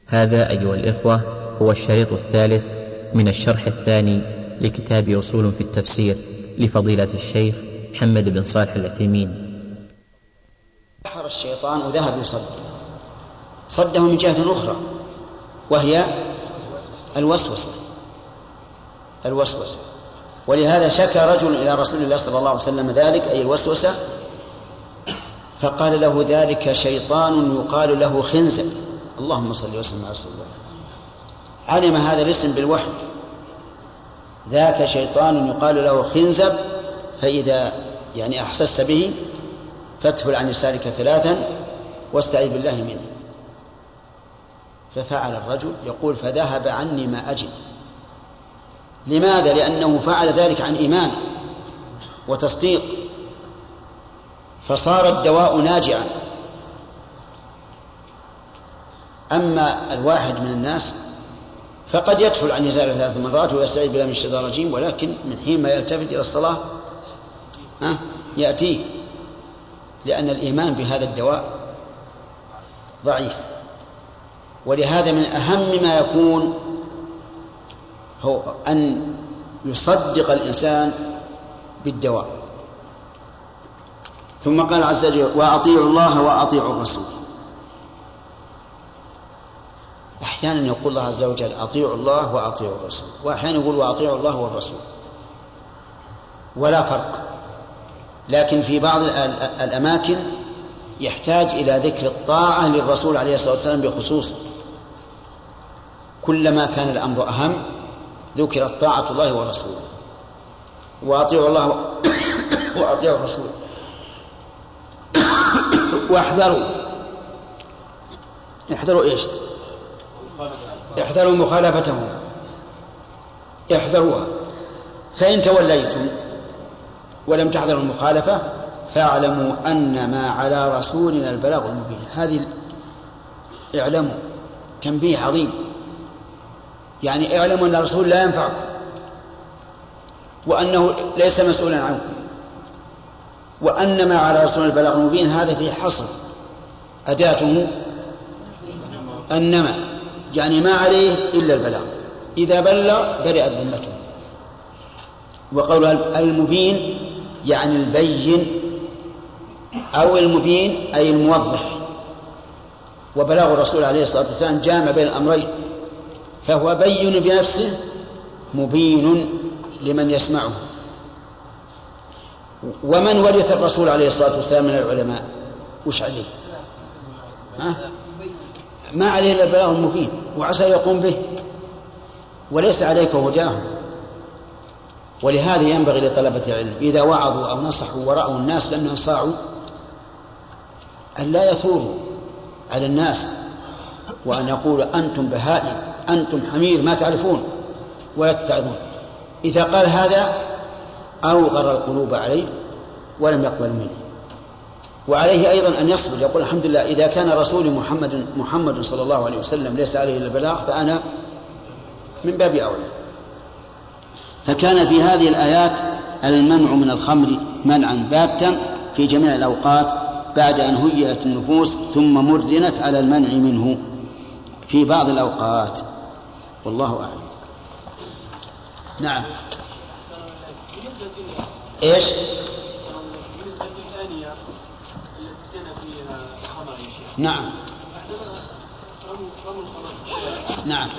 هذا أيها الإخوة هو الشريط الثالث من الشرح الثاني لكتاب أصول في التفسير لفضيلة الشيخ محمد بن صالح العثيمين. سحر الشيطان وذهب يصد صده من جهة أخرى وهي الوسوسة. ولهذا شكى رجل إلى رسول الله صلى الله عليه وسلم ذلك أي الوسوسة، فقال له ذلك شيطان يقال له خنزب. اللهم صل وسلم على رسول الله. علم هذا الاسم بالوحي، ذاك شيطان يقال له خنزب، فإذا أحسست به فاتفل عن يسارك 3 واستعذ بالله منه. ففعل الرجل يقول فذهب عني ما أجد. لماذا؟ لأنه فعل ذلك عن إيمان وتصديق، فصار الدواء ناجعا. أما الواحد من الناس فقد يدخل عن يساره 3 مرات ويستعيذ بالله من الشيطان الرجيم، ولكن من حين ما يلتفت إلى الصلاة يأتيه، لأن الإيمان بهذا الدواء ضعيف. ولهذا من أهم ما يكون هو أن يصدق الإنسان بالدواء. ثم قال عز وجل وأطيعوا الله وأطيعوا الرسول. أحيانا يقول الله عز وجل أطيعوا الله وأطيعوا الرسول، وأحيانا يقول وأطيعوا الله والرسول، ولا فرق. لكن في بعض الأماكن يحتاج إلى ذكر الطاعة للرسول عليه الصلاة والسلام بخصوص، كلما كان الأمر أهم ذكرت طاعة الله ورسوله. وأطيعوا الله وأطيعوا الرسول احذروا إيش؟ احذروا مخالفتهما، احذروها. فإن توليتم ولم تحذروا المخالفة فاعلموا أن ما على رسولنا البلاغ المبين. هذه اعلموا تنبيه عظيم، اعلموا أن الرسول لا ينفعكم وأنه ليس مسؤولا عنكم، وأن ما على رسولنا البلاغ المبين هذا فيه حصر، أداته أنما ما عليه إلا البلاغ، إذا بلغ برئت ذمته. وقول المبين البين أو المبين أي الموضح. وبلاغ الرسول عليه الصلاة والسلام جامع بين الأمرين، فهو بين بنفسه مبين لمن يسمعه. ومن ورث الرسول عليه الصلاة والسلام من العلماء وش عليه؟ ما عليه إلا البلاغ المبين، وعسى يقوم به، وليس عليك هداهم. ولهذا ينبغي لطلبة العلم إذا وعظوا أو نصحوا ورأوا الناس لم ينصاعوا أن لا يثوروا على الناس وأن يقولوا أنتم بهائم، أنتم حمير ما تعرفون، ويتعظون. إذا قال هذا أوغر القلوب عليه ولم يقبل منه. وعليه أيضا أن يصبر، يقول الحمد لله إذا كان رسول محمد صلى الله عليه وسلم ليس عليه إلا البلاغ فأنا من باب أولى. فكان في هذه الآيات المنع من الخمر منعا باتا في جميع الأوقات بعد أن هيئت النفوس ثم مردنت على المنع منه في بعض الأوقات، والله أعلم. نعم. إيش؟ نعم. نعم.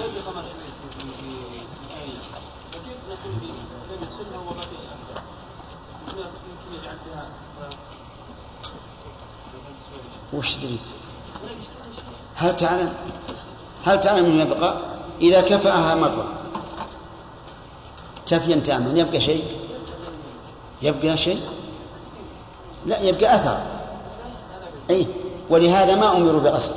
وش دليل؟ هل تعلم أنه يبقى إذا كفأها مرة كفيا تاما يبقى شيء؟ لا، يبقى أثر. ولهذا ما أمروا بغسله.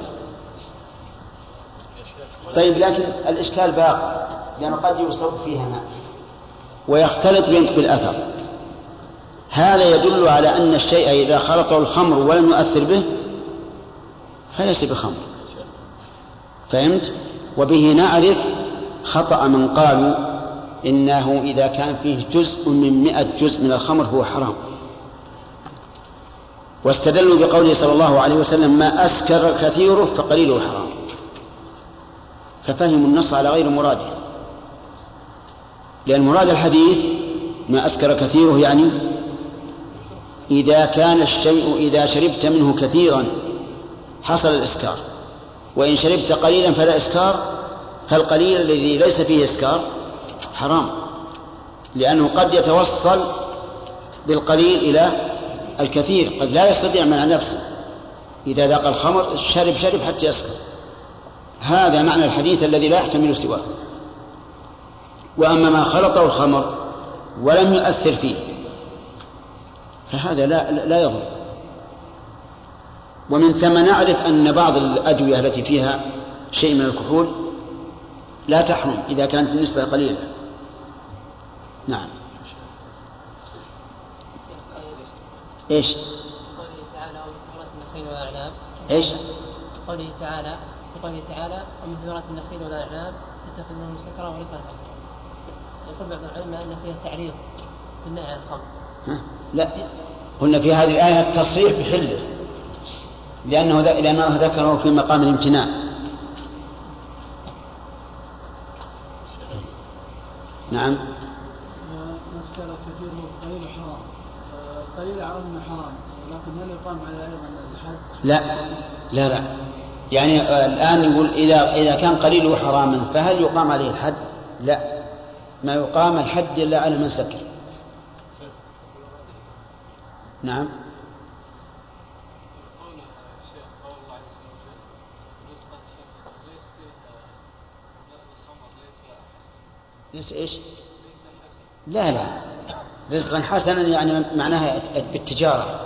طيب، لكن الإشكال باقي، لأنه قد يصب فيها ماء ويختلط بالأثر. هذا يدل على أن الشيء إذا خلطه الخمر ولم يؤثر به فليس بخمر. فهمت؟ وبه نعرف خطأ من قالوا إنه إذا كان فيه جزء من 100 جزء من الخمر هو حرام، واستدلوا بقوله صلى الله عليه وسلم ما أسكر كثيره فقليله حرام. ففهموا النص على غير مراده، لأن مراد الحديث ما أسكر كثيره، يعني إذا كان الشيء إذا شربت منه كثيرا حصل الإسكار، وإن شربت قليلا فلا إسكار، فالقليل الذي ليس فيه إسكار حرام، لأنه قد يتوصل بالقليل إلى الكثير، قد لا يستطيع منع نفسه، إذا ذاق الخمر شرب حتى يسكر. هذا معنى الحديث الذي لا يحتمل سواه. وأما ما خلطه الخمر ولم يؤثر فيه فهذا لا يضر. ومن ثم نعرف أن بعض الأدوية التي فيها شيء من الكحول لا تحرم إذا كانت النسبة قليلة. نعم. إيش؟ قوله تعالى ومثمرات النخيل والأعناب. إيش؟ قوله تعالى ومثمرات النخيل والأعناب تتخذون سكرا ورزقا حسنا. يقول بعض العلماء أن فيها تعريض بالنهي عن الخمر. لا، قلنا في هذه الآية التصريح بحله، لأن الله ذكره في مقام الامتناع. نعم. مسكر كثير قليل حرام، قليل عرفنا حرام، لكن هل يقام على أيضا الحد؟ لا يعني الآن يقول إذا كان قليله حراما فهل يقام عليه الحد؟ لا، ما يقام الحد إلا على من سكر. نعم. ليس إيش؟ لا رزقا حسنا يعني معناها بالتجارة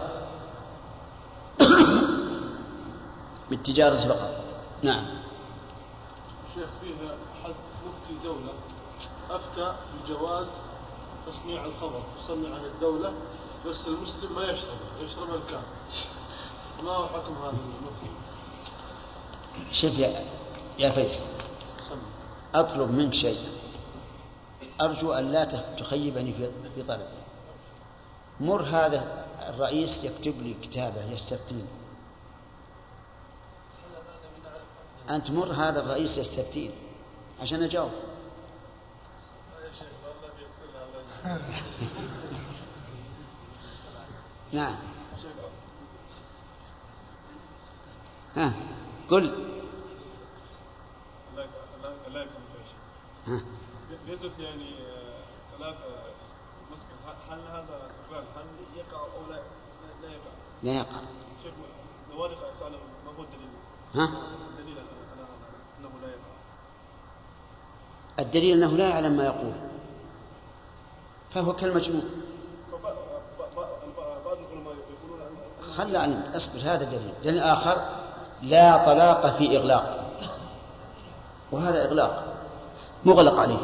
بالتجارة فقط. نعم. شيخ فيها حد مفتي دولة أفتى بجواز تصنيع الخمر، تصنع عن الدولة بس المسلم ما يشربها الكامل، ما هو حكم هذا المفتي؟ شوف يا فيصل، أطلب منك شيء، أرجو أن لا تخيبني في طلبي. مر هذا الرئيس يكتب لي كتابة يستفتيني، أنت مر هذا الرئيس يستفتيني عشان أجاوب. نعم. ها قل. جزت يعني ثلاثة مسكن، هل هذا سكران هل يقع أو لا يقع؟ لا يقع. شيخ نوارق أسأله ما هو الدليل؟ الدليل أنه لا يقع. الدليل أنه لا يعلم ما يقول فهو كالمجنون. بعض العلماء يقولون خلى عنه أصبر. هذا دليل آخر لا طلاق في إغلاق، وهذا إغلاق مغلق عليه.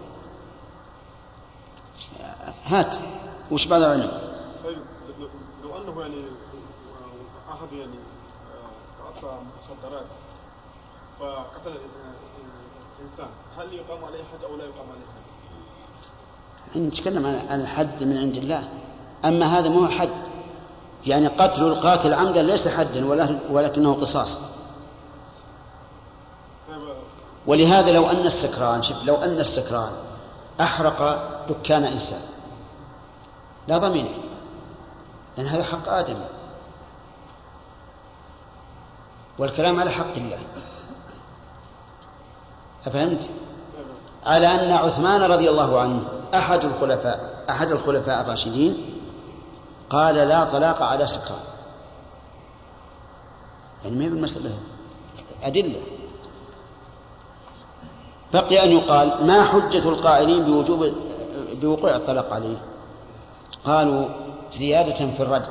هات وش بعد عنه؟ طيب لو أنه يعني أحد يعني أعطى مخدرات فقتل إنسان، هل يقام عليه حد أو لا يقام عليه حد؟ نتكلم عن الحد من عند الله، أما هذا مو حد، يعني قتل القاتل عمدا ليس حدا ولكنه قصاص. ولهذا لو أن السكران أحرق دكان إنسان لا ضمينه، لأن هذا حق آدم، والكلام على حق الله. أفهمت؟ على أن عثمان رضي الله عنه أحد الخلفاء الراشدين قال لا طلاق على سكران، يعني ما هي بالمسألة أدلة. بقي أن يقال ما حجة القائلين بوقوع الطلاق عليه؟ قالوا زيادة في الردع.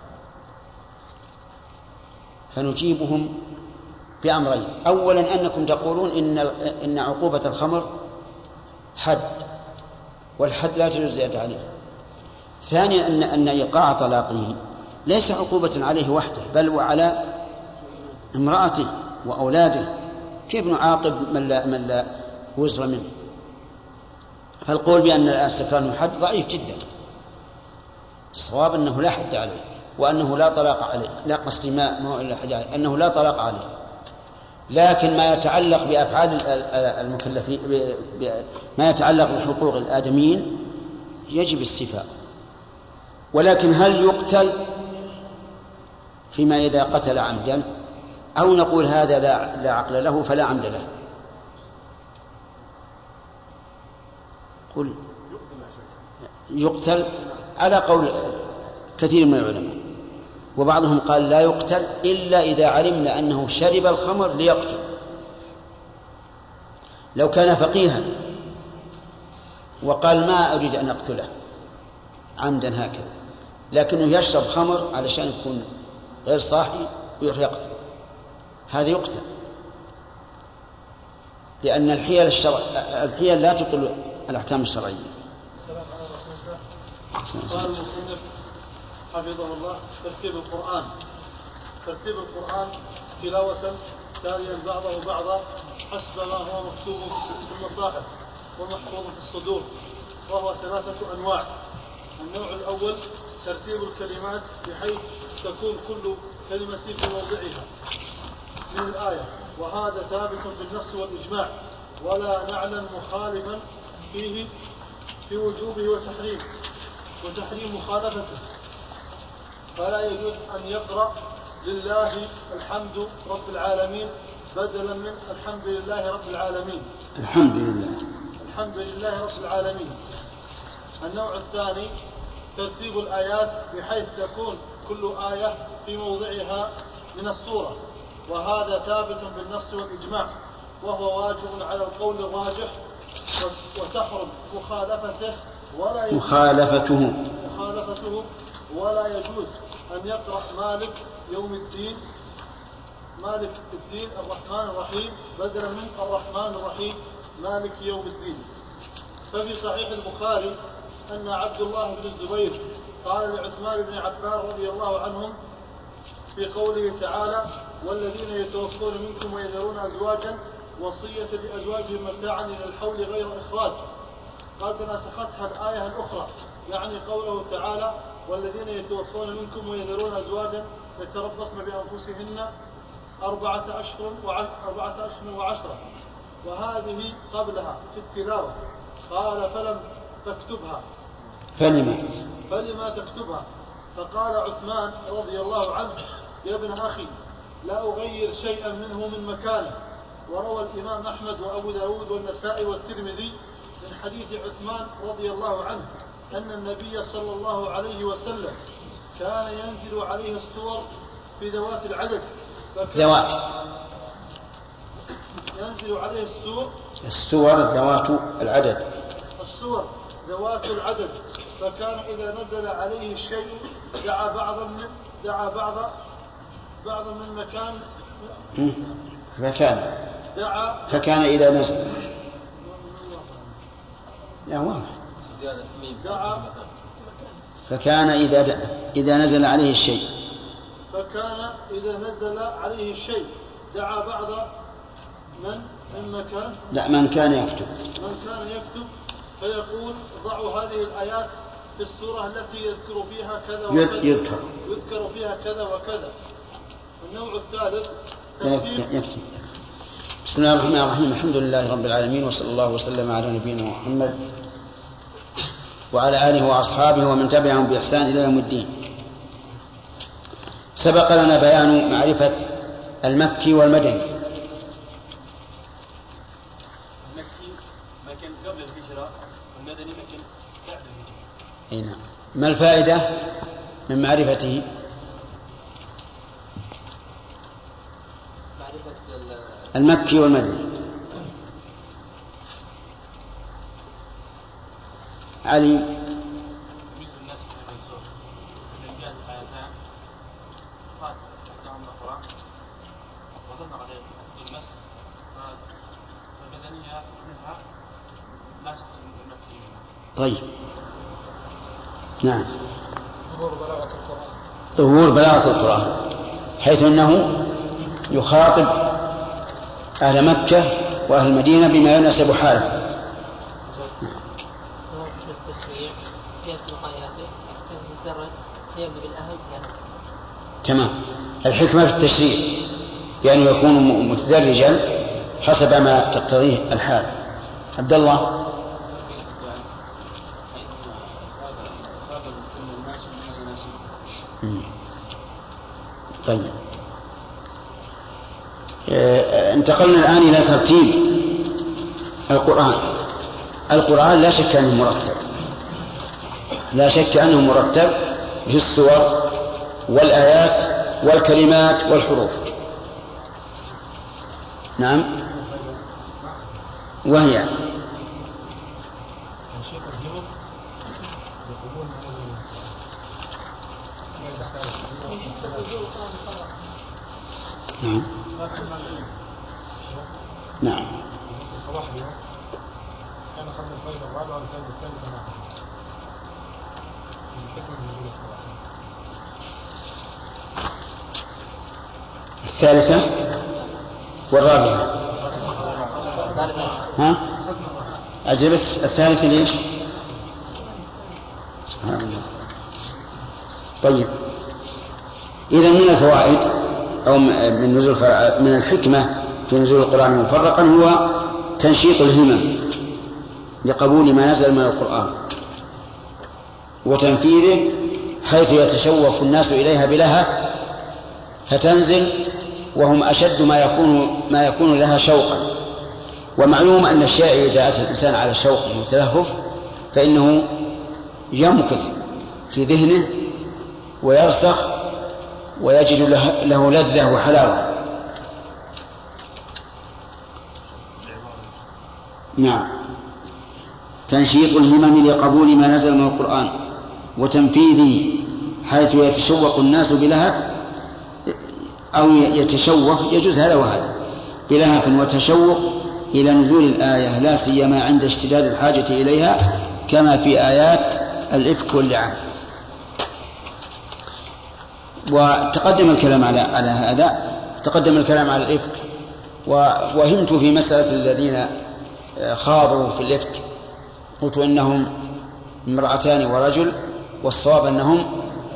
فنجيبهم بأمرين: أولا أنكم تقولون إن عقوبة الخمر حد، والحد لا تجوز الزيادة عليه. ثانيا أن إيقاع طلاقه ليس عقوبة عليه وحده، بل وعلى امرأته وأولاده. كيف نعاقب من لا وزر منه؟ فالقول بأن السكران حد ضعيف جدا. الصواب أنه لا حد عليه، وأنه لا طلاق عليه. لا قصدي ما هو إلا حد عليه، أنه لا طلاق عليه. لكن ما يتعلق بأفعال المكلفين ما يتعلق بحقوق الآدميين يجب استيفاء. ولكن هل يقتل فيما إذا قتل عمدا، أو نقول هذا لا عقل له فلا عمد له؟ قل يقتل على قول كثير من العلماء، وبعضهم قال لا يقتل إلا إذا علمنا أنه شرب الخمر ليقتل. لو كان فقيها وقال ما أريد أن أقتله عمدا هكذا، لكنه يشرب خمر علشان يكون غير صاحي ويروح يقتل، هذا يقتل، لأن الحيل لا تبطل الأحكام الشرعية. قال المصنف حفظه الله: ترتيب القرآن تلاوة تاليا بعضه بعضا حسب ما هو مكتوب في المصاحف ومحفوظ في الصدور، وهو 3 أنواع. النوع الأول ترتيب الكلمات بحيث تكون كل كلمة في موضعها من الآية، وهذا ثابت بالنص والإجماع، ولا نعلم مخالفا فيه في وجوبه وتحريم مخالفته. فلا يجوز أن يقرأ لله الحمد رب العالمين بدلا من الحمد لله رب العالمين. الحمد لله رب العالمين. النوع الثاني ترتيب الآيات بحيث تكون كل آية في موضعها من السورة، وهذا ثابت بالنص والإجماع، وهو واجب على القول الراجح، وتحرم مخالفته ولا يجوز أن يقرأ مالك يوم الدين الرحمن الرحيم بدلا من الرحمن الرحيم مالك يوم الدين. ففي صحيح البخاري أن عبد الله بن الزبير قال لعثمان بن عفان رضي الله عنهم في قوله تعالى: والذين يتوفون منكم ويذرون أزواجا وصية لأزواجهم متاعا إلى الحول غير إخراج، قد نسختها الآية الأخرى، يعني قوله تعالى: والذين يتوفون منكم ويذرون أزواجا يتربصن بأنفسهن 4 أشهر و10، وهذه قبلها في التلاوة. قال: فلم تكتبها. فلما تكتبها؟ فقال عثمان رضي الله عنه: يا ابن أخي لا أغير شيئا منه من مكانه. وروى الإمام أحمد وأبو داود والنسائي والترمذي من حديث عثمان رضي الله عنه أن النبي صلى الله عليه وسلم كان ينزل عليه السور في ذوات العدد. ينزل عليه السور ذوات العدد، فكان إذا نزل عليه الشيء دعا بعضا من مكان. فكان إذا نزل فكان إذا نزل عليه الشيء دعا بعض من مكان. من كان يكتب فيقول: ضعوا هذه الآيات في السورة التي يذكر فيها كذا وكذا. النوع الثالث بسم الله الرحمن الرحيم. الحمد لله رب العالمين، وصلى الله وسلم على نبينا محمد وعلى آله وأصحابه ومن تبعهم بإحسان إلى يوم الدين. سبق لنا بيان معرفة المكي والمدني. المكي ما كان قبل الهجرة، والمدني ما كان بعد الهجرة. نعم. ما الفائدة من معرفته؟ المكي والمدني. علي. طيب. نعم. ظهور بلاغة القرآن حيث أنه يخاطب أهل مكة وأهل المدينة بما يناسب حاله. تمام. الحكمة في التشريع بأنه يكون متدرجا حسب ما تقتضيه الحال. عبد الله. طيب، انتقلنا الآن إلى ترتيب القرآن. القرآن لا شك أنه مرتب، لا شك أنه مرتب في السور والآيات والكلمات والحروف. نعم، وهي نعم نعم كان قبل الفجر الرابع والفجر الثالث معه. الثالثة والرابعة. ها؟ أجل الثالثة ليش؟ سبحان الله. طيب، إذا من الفوائد أو من الحكمة في نزول القرآن مفرقا هو تنشيط الهمم لقبول ما نزل من القرآن وتنفيذه، حيث يتشوف الناس إليها بلهف فتنزل وهم أشد ما يكون لها شوقا. ومعلوم أن الشيء إذا أتى الإنسان على شوق وتلهف فإنه يمكث في ذهنه ويرسخ ويجد له لذة وحلاوة. نعم، تنشيط الهمم لقبول ما نزل من القرآن وتنفيذه، حيث يتشوق الناس بلهف أو يتشوف، يجوز هذا وهذا، بلهف وتشوق إلى نزول الآية، لا سيما عند اشتداد الحاجة إليها، كما في آيات الإفك واللعان. وتقدم الكلام على هذا، تقدم الكلام على الإفك، وهمت في مسألة الذين خاضوا في الإفك، قلت إنهم امرأتان ورجل، والصواب أنهم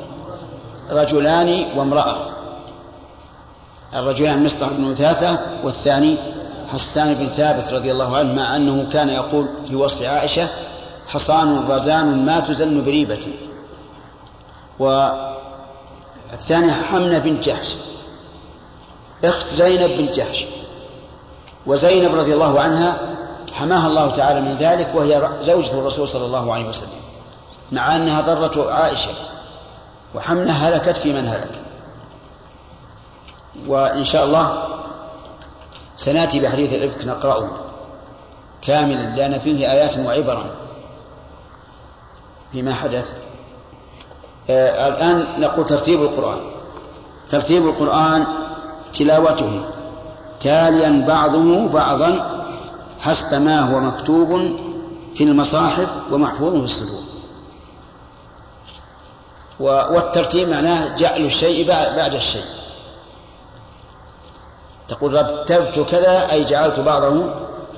رجلان وامرأة. الرجلان مصطح بن وثاثة والثاني حسان بن ثابت رضي الله عنه، مع أنه كان يقول في وصف عائشة: حصان رزان ما تزن بريبة. والثانية حمنة بنت جحش أخت زينب بنت جحش، وزينب رضي الله عنها حماها الله تعالى من ذلك، وهي زوجة الرسول صلى الله عليه وسلم، مع أنها ضرت عائشة، وحمنة هلكت في من هلك. وإن شاء الله سنأتي بحديث الإفك نقرأه كاملا، لأن فيه آيات وعبرا فيما حدث. الآن نقول ترتيب القرآن. ترتيب القرآن تلاوته تاليا بعضه بعضا حسب ما هو مكتوب في المصاحف ومحفوظ في الصدور. والترتيب معناه جعل الشيء بعد الشيء. تقول رتبت كذا أي جعلت بعضه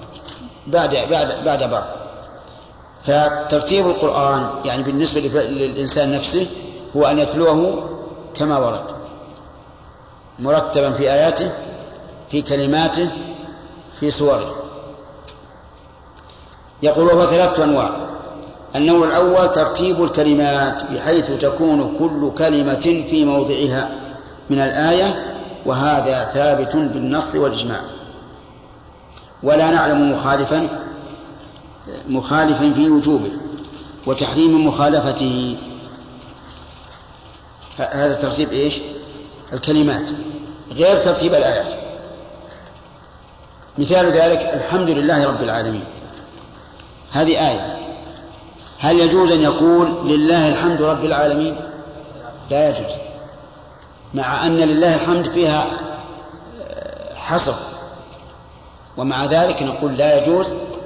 بعد بعض. فترتيب القرآن يعني بالنسبة للإنسان نفسه هو أن يتلوه كما ورد، مرتبا في آياته، في كلماته، في صوره. يقول وهو 3 أنواع. النوع الأول ترتيب الكلمات، بحيث تكون كل كلمة في موضعها من الآية، وهذا ثابت بالنص والإجماع، ولا نعلم مخالفا في وجوبه وتحريم مخالفته. هذا ترتيب إيش؟ الكلمات، غير ترتيب الآيات. مثال ذلك الحمد لله رب العالمين، هذه آية، هل يجوز أن يقول لله الحمد رب العالمين؟ لا يجوز، مع أن لله الحمد فيها حصر، ومع ذلك نقول لا يجوز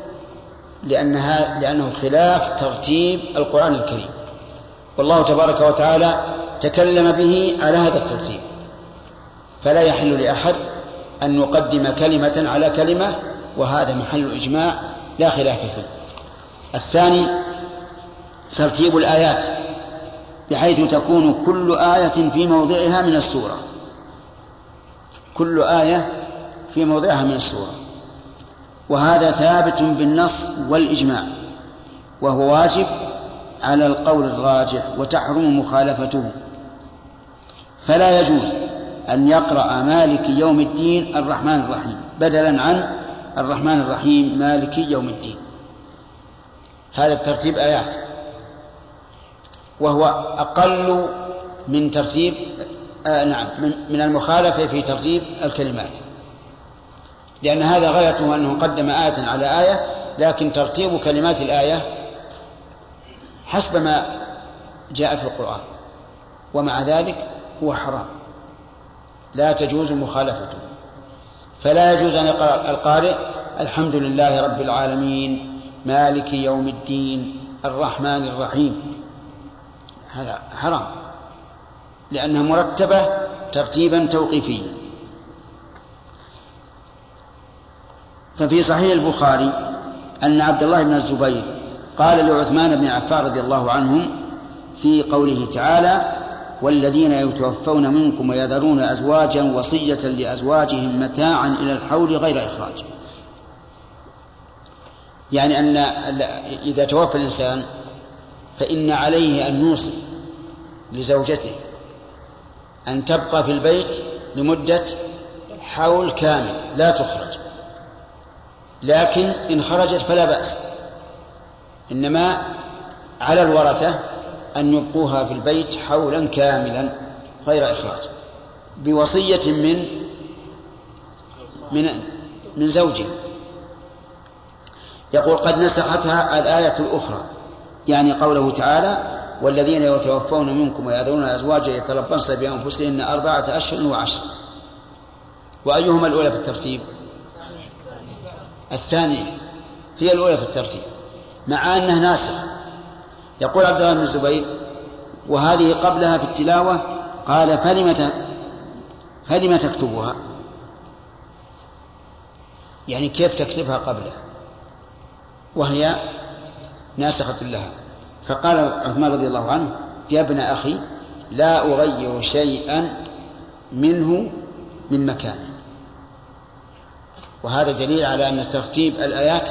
لأنه خلاف ترتيب القرآن الكريم، والله تبارك وتعالى تكلم به على هذا الترتيب، فلا يحل لأحد أن يقدم كلمة على كلمة، وهذا محل إجماع لا خلاف فيه. الثاني ترتيب الآيات، بحيث تكون كل آية في موضعها من السورة، كل آية في موضعها من السورة، وهذا ثابت بالنص والإجماع، وهو واجب على القول الراجح وتحرم مخالفته. فلا يجوز أن يقرأ مالك يوم الدين الرحمن الرحيم بدلا عن الرحمن الرحيم مالك يوم الدين. هذا الترتيب آيات، وهو أقل من ترتيب من المخالفة في ترتيب الكلمات، لأن هذا غايته أنه قدم آية على آية، لكن ترتيب كلمات الآية حسب ما جاء في القرآن، ومع ذلك هو حرام لا تجوز مخالفته. فلا يجوز أن يقرأ القارئ الحمد لله رب العالمين مالك يوم الدين الرحمن الرحيم، هذا حرام لأنها مرتبة ترتيبا توقيفيا. ففي صحيح البخاري أن عبد الله بن الزبير قال لعثمان بن عفان رضي الله عنهم في قوله تعالى والذين يتوفون منكم ويذرون أزواجا وصية لأزواجهم متاعا إلى الحول غير إخراج، يعني أن إذا توفى الإنسان فإن عليه أن يوصي لزوجته أن تبقى في البيت لمدة حول كامل لا تخرج، لكن إن خرجت فلا بأس، إنما على الورثة أن يبقوها في البيت حولا كاملا غير إخراج بوصية من زوجه. يقول قد نسختها الآية الأخرى، يعني قوله تعالى والذين يتوفون منكم ويذرون أزواجا يتربصن بأنفسهن 4 أشهر و10. وأيهما الأولى في الترتيب؟ الثانية هي الأولى في الترتيب مع أنها ناسخ. يقول عبد الله بن الزبير وهذه قبلها في التلاوة، قال فلم تكتبها، يعني كيف تكتبها قبلها وهي ناسخة لها؟ فقال عثمان رضي الله عنه يا ابن أخي لا أغير شيئا منه من مكانه. وهذا دليل على أن ترتيب الآيات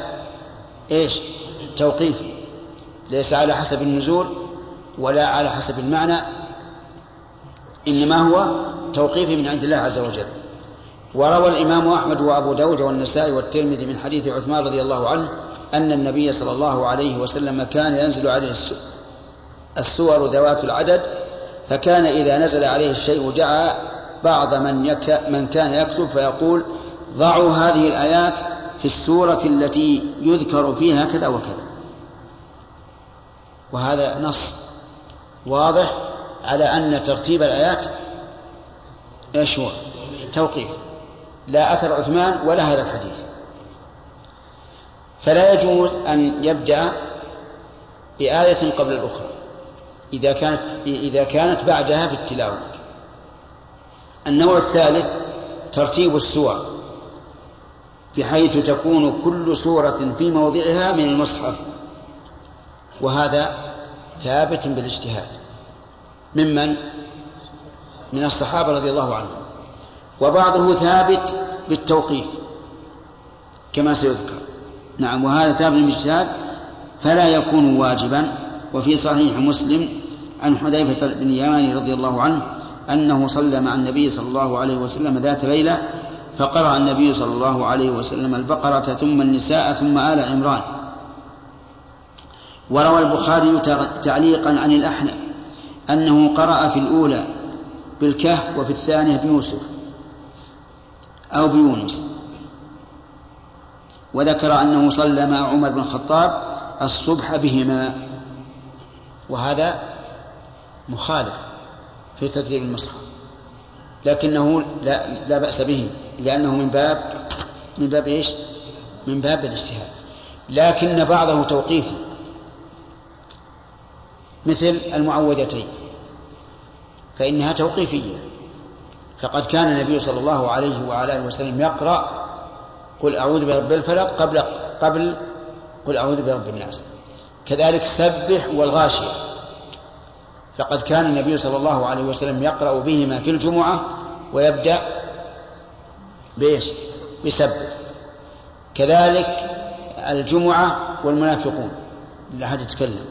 توقيفي، ليس على حسب النزول ولا على حسب المعنى، إنما هو توقيفي من عند الله عز وجل. وروى الإمام أحمد وأبو داود والنسائي والترمذي من حديث عثمان رضي الله عنه أن النبي صلى الله عليه وسلم كان ينزل عليه السور ذوات العدد، فكان إذا نزل عليه الشيء دعا بعض من كان يكتب فيقول ضعوا هذه الآيات في السورة التي يذكر فيها كذا وكذا. وهذا نص واضح على أن ترتيب الآيات هو توقيف، لا أثر عثمان ولا هذا الحديث. فلا يجوز أن يبدأ بآية قبل الأخرى إذا كانت بعدها في التلاوة. النوع الثالث ترتيب السور بحيث تكون كل سورة في موضعها من المصحف، وهذا ثابت بالاجتهاد من الصحابة رضي الله عنهم، وبعضه ثابت بالتوقيف كما سيذكر. نعم، وهذا ثابت بالاجتهاد فلا يكون واجبا. وفي صحيح مسلم عن حذيفة بن اليمان رضي الله عنه أنه صلى مع النبي صلى الله عليه وسلم ذات ليلة فقرأ النبي صلى الله عليه وسلم البقرة ثم النساء ثم آل عمران. وروى البخاري تعليقا عن الأحنف أنه قرأ في الأولى بالكهف وفي الثانية بيوسف أو بيونس. وذكر أنه صلى مع عمر بن الخطاب الصبح بهما، وهذا مخالف في ترتيب المصحف، لكنه لا بأس به لأنه من باب إيش؟ من باب الاجتهاد. لكن بعضه توقيفي مثل المعوذتين فإنها توقيفية، فقد كان النبي صلى الله عليه وعلى آله وسلم يقرأ قل أعوذ برب الفلق قبل قل أعوذ برب الناس. كذلك سبح والغاشية، فقد كان النبي صلى الله عليه وسلم يقرأ بهما في الجمعة ويبدأ بإيش؟ بسبب. كذلك الجمعة والمنافقون، لا أحد يتكلم.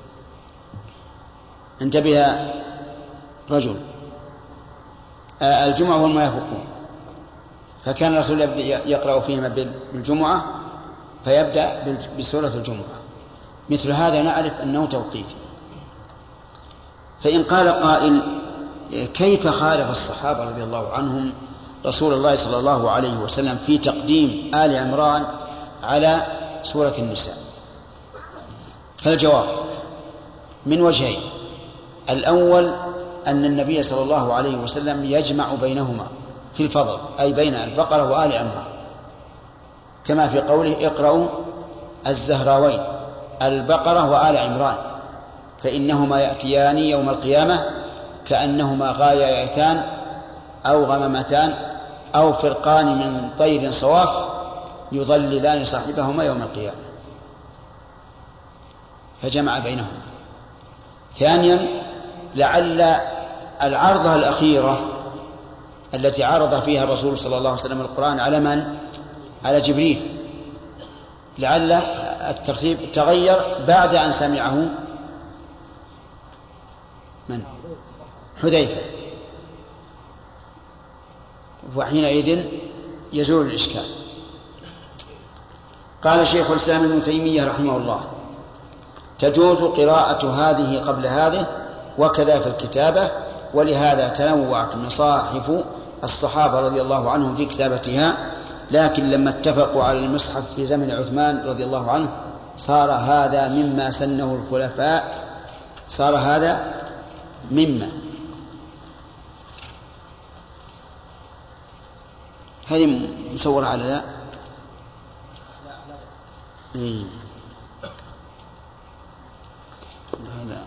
انتبه رجل. الجمعة والمنافقون، فكان الرسول يقرأ فيهما بالجمعة فيبدأ بسورة الجمعة. مثل هذا نعرف أنه توقيفي. فإن قال قائل كيف خالف الصحابة رضي الله عنهم رسول الله صلى الله عليه وسلم في تقديم آل عمران على سورة النساء؟ فالجواب من وجهين. الأول أن النبي صلى الله عليه وسلم يجمع بينهما في الفضل، أي بين البقرة وآل عمران، كما في قوله اقرأوا الزهراوين البقرة وآل عمران فإنهما يأتيان يوم القيامة كأنهما غايتان أو غمامتان أو فرقان من طير صواف يظللان صاحبهما يوم القيامة، فجمع بينهما. ثانيا لعل العرضة الأخيرة التي عرض فيها الرسول صلى الله عليه وسلم القرآن على من؟ على جبريل، لعل الترتيب تغير بعد أن سمعه من؟ حذيفة، وحينئذ يزول الإشكال. قال شيخ الإسلام ابن تيمية رحمه الله تجوز قراءة هذه قبل هذه وكذا في الكتابة، ولهذا تنوعت مصاحف الصحابة رضي الله عنهم في كتابتها، لكن لما اتفقوا على المصحف في زمن عثمان رضي الله عنه صار هذا مما سنه الخلفاء، صار هذا مما هذه مصورة على لا هذا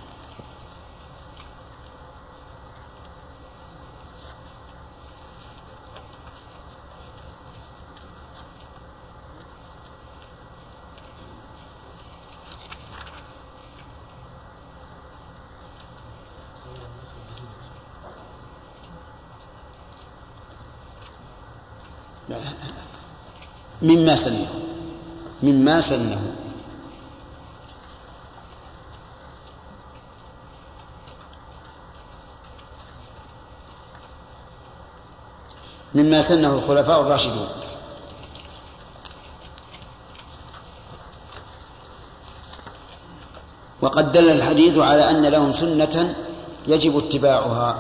مما سنه مما سنه مما سنه الخلفاء الراشدون. وقد دل الحديث على أن لهم سنة يجب اتباعها،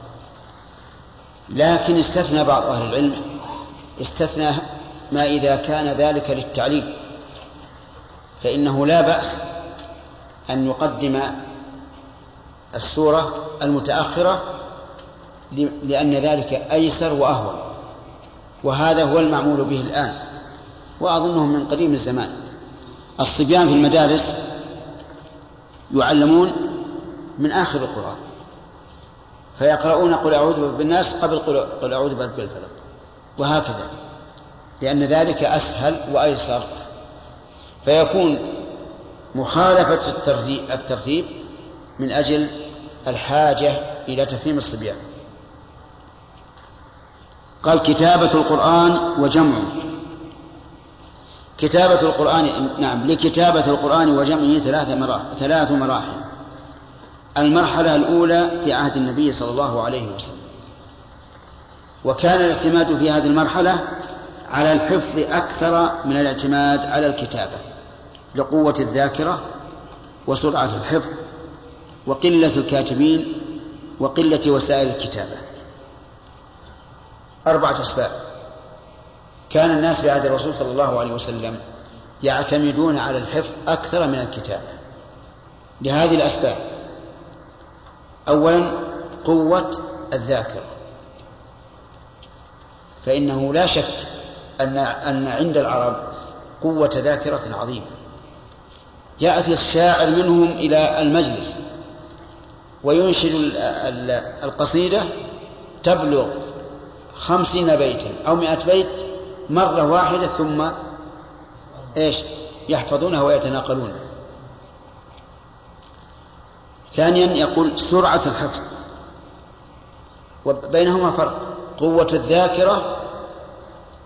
لكن استثنى بعض أهل العلم، استثنى ما إذا كان ذلك للتعليم، فإنه لا بأس أن يقدم السورة المتأخرة لأن ذلك أيسر وأهون، وهذا هو المعمول به الآن، وأظنه من قديم الزمان. الصبيان في المدارس يعلمون من آخر القرآن، فيقرؤون قل أعوذ برب الناس قبل قل أعوذ برب الفلق، وهكذا، لأن ذلك أسهل وأيسر، فيكون مخالفة الترتيب من أجل الحاجة إلى تفهيم الصبيان. قال كتابة القرآن وجمعه. كتابة القرآن، نعم، لكتابة القرآن وجمعه ثلاث مراحل. المرحلة الأولى في عهد النبي صلى الله عليه وسلم، وكان الاعتماد في هذه المرحلة على الحفظ أكثر من الاعتماد على الكتابة، لقوة الذاكرة وسرعة الحفظ وقلة الكاتبين وقلة وسائل الكتابة. 4 أسباب. كان الناس في عهد الرسول صلى الله عليه وسلم يعتمدون على الحفظ أكثر من الكتابة لهذه الأسباب. أولا قوة الذاكرة، فإنه لا شك أن عند العرب قوة ذاكرة عظيمة. يأتي الشاعر منهم إلى المجلس وينشد القصيدة تبلغ 50 بيتا أو 100 بيت مرة واحدة، ثم يحفظونها ويتناقلونها. ثانيا يقول سرعة الحفظ، وبينهما فرق. قوة الذاكرة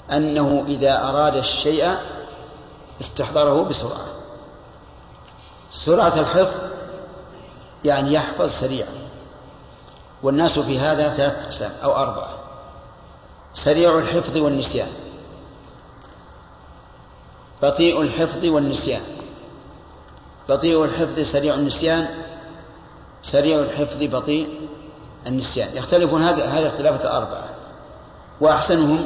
أنه إذا أراد الشيء استحضره بسرعة. سرعة الحفظ يعني يحفظ سريعا، والناس في هذا 3 أقسام أو 4: سريع الحفظ والنسيان، بطيء الحفظ والنسيان، بطيء الحفظ سريع النسيان، سريع الحفظ بطيء النسيان. يختلفون هذا اختلافة 4، وأحسنهم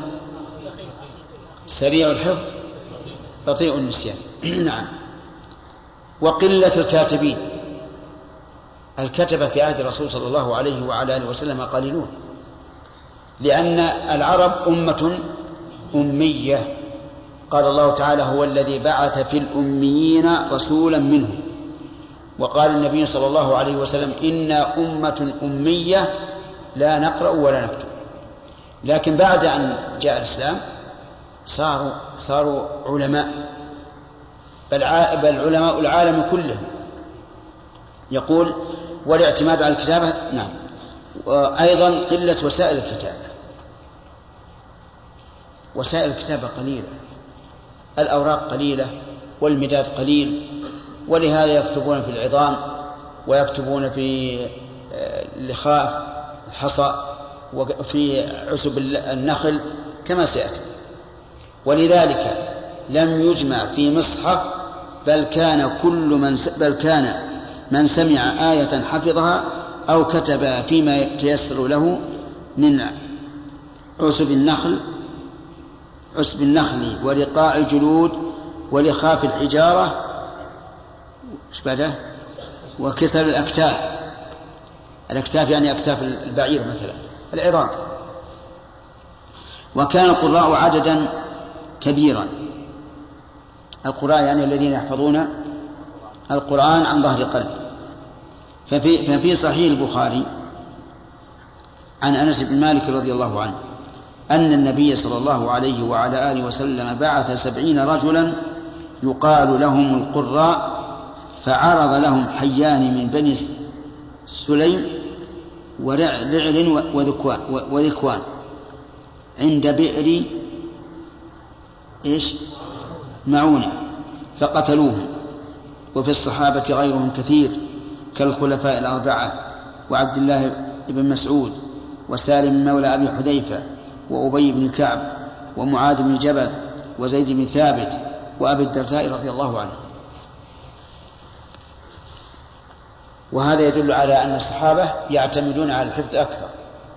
سريع الحفظ بطيء النسيان. نعم. وقلة الكاتبين، الكتبة في عهد الرسول صلى الله عليه وعلى آله وسلم قليلون، لأن العرب أمة أمية. قال الله تعالى: هو الذي بعث في الأميين رسولا منهم. وقال النبي صلى الله عليه وسلم: إنا أمة أمية لا نقرأ ولا نكتب. لكن بعد أن جاء الإسلام صاروا علماء، بل علماء العالم كله. يقول: والاعتماد على الكتابة. نعم. وأيضا قلة وسائل الكتابة، وسائل الكتابة قليلة، الأوراق قليلة والمداد قليل، ولهذا يكتبون في العظام ويكتبون في اللخاف الحصى وفي عسب النخل كما سيأتي. ولذلك لم يجمع في مصحف، بل كان من سمع آية حفظها أو كتب فيما يتيسر له من عسب النخل ورقاع الجلود ولخاف الحجارة وكسر الأكتاف يعني أكتاف البعير مثلا، العظام. وكان القراء عددا كبيرا، القراء يعني الذين يحفظون القرآن عن ظهر قلب. ففي صحيح البخاري عن أنس بن مالك رضي الله عنه أن النبي صلى الله عليه وعلى آله وسلم بعث 70 رجلا يقال لهم القراء، فعرض لهم حيان من بني سليم ورعل وذكوان عند بئر معونة، فقتلوهم. وفي الصحابة غيرهم كثير كالخلفاء الأربعة وعبد الله بن مسعود وسالم مولى أبي حذيفة وأبي بن كعب ومعاذ بن جبل وزيد بن ثابت وأبي الدرداء رضي الله عنه. وهذا يدل على أن الصحابة يعتمدون على الحفظ أكثر.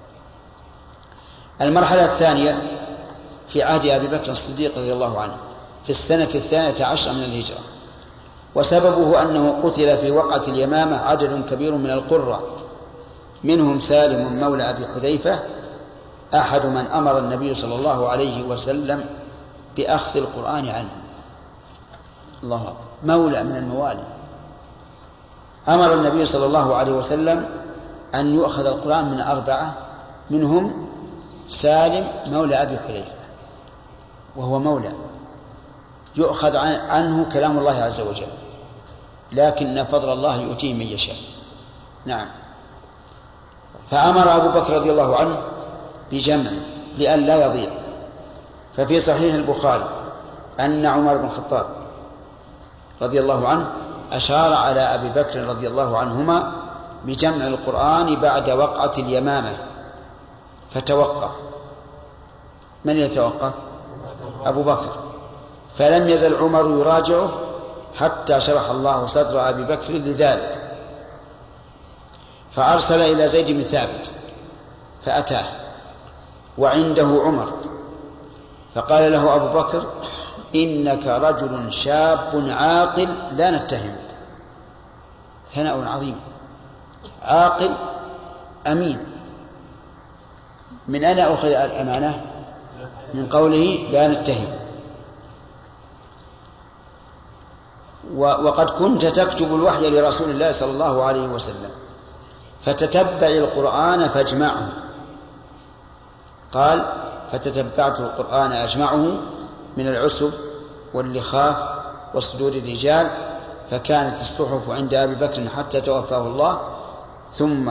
المرحلة الثانية في عهد أبي بكر الصديق رضي الله عنه في السنة 12 من الهجرة، وسببه أنه قتل في وقعة اليمامة عدد كبير من القرى، منهم سالم مولى أبي حذيفة أحد من أمر النبي صلى الله عليه وسلم بأخذ القرآن عنه. الله أكبر، مولى من الموالي. أمر النبي صلى الله عليه وسلم أن يؤخذ القرآن من 4، منهم سالم مولى أبي حذيفة، وهو مولى يؤخذ عنه كلام الله عز وجل، لكن فضل الله يؤتيه من يشاء. نعم. فأمر أبو بكر رضي الله عنه بجمع لئلا يضيع. ففي صحيح البخاري أن عمر بن الخطاب رضي الله عنه أشار على أبي بكر رضي الله عنهما بجمع القرآن بعد وقعة اليمامة فتوقف. من يتوقف؟ أبو بكر. فلم يزل عمر يراجعه حتى شرح الله صدر أبي بكر لذلك، فأرسل إلى زيد بن ثابت فأتاه وعنده عمر، فقال له أبو بكر: إنك رجل شاب عاقل لا نتهمك. ثناء عظيم، عاقل أمين. من أين أخذ الأمانة؟ من قوله لا نتهم. وقد كنت تكتب الوحي لرسول الله صلى الله عليه وسلم، فتتبع القرآن فاجمعه. قال: فتتبعت القرآن أجمعه من العسب واللخاف وصدور الرجال، فكانت الصحف عند أبي بكر حتى توفاه الله، ثم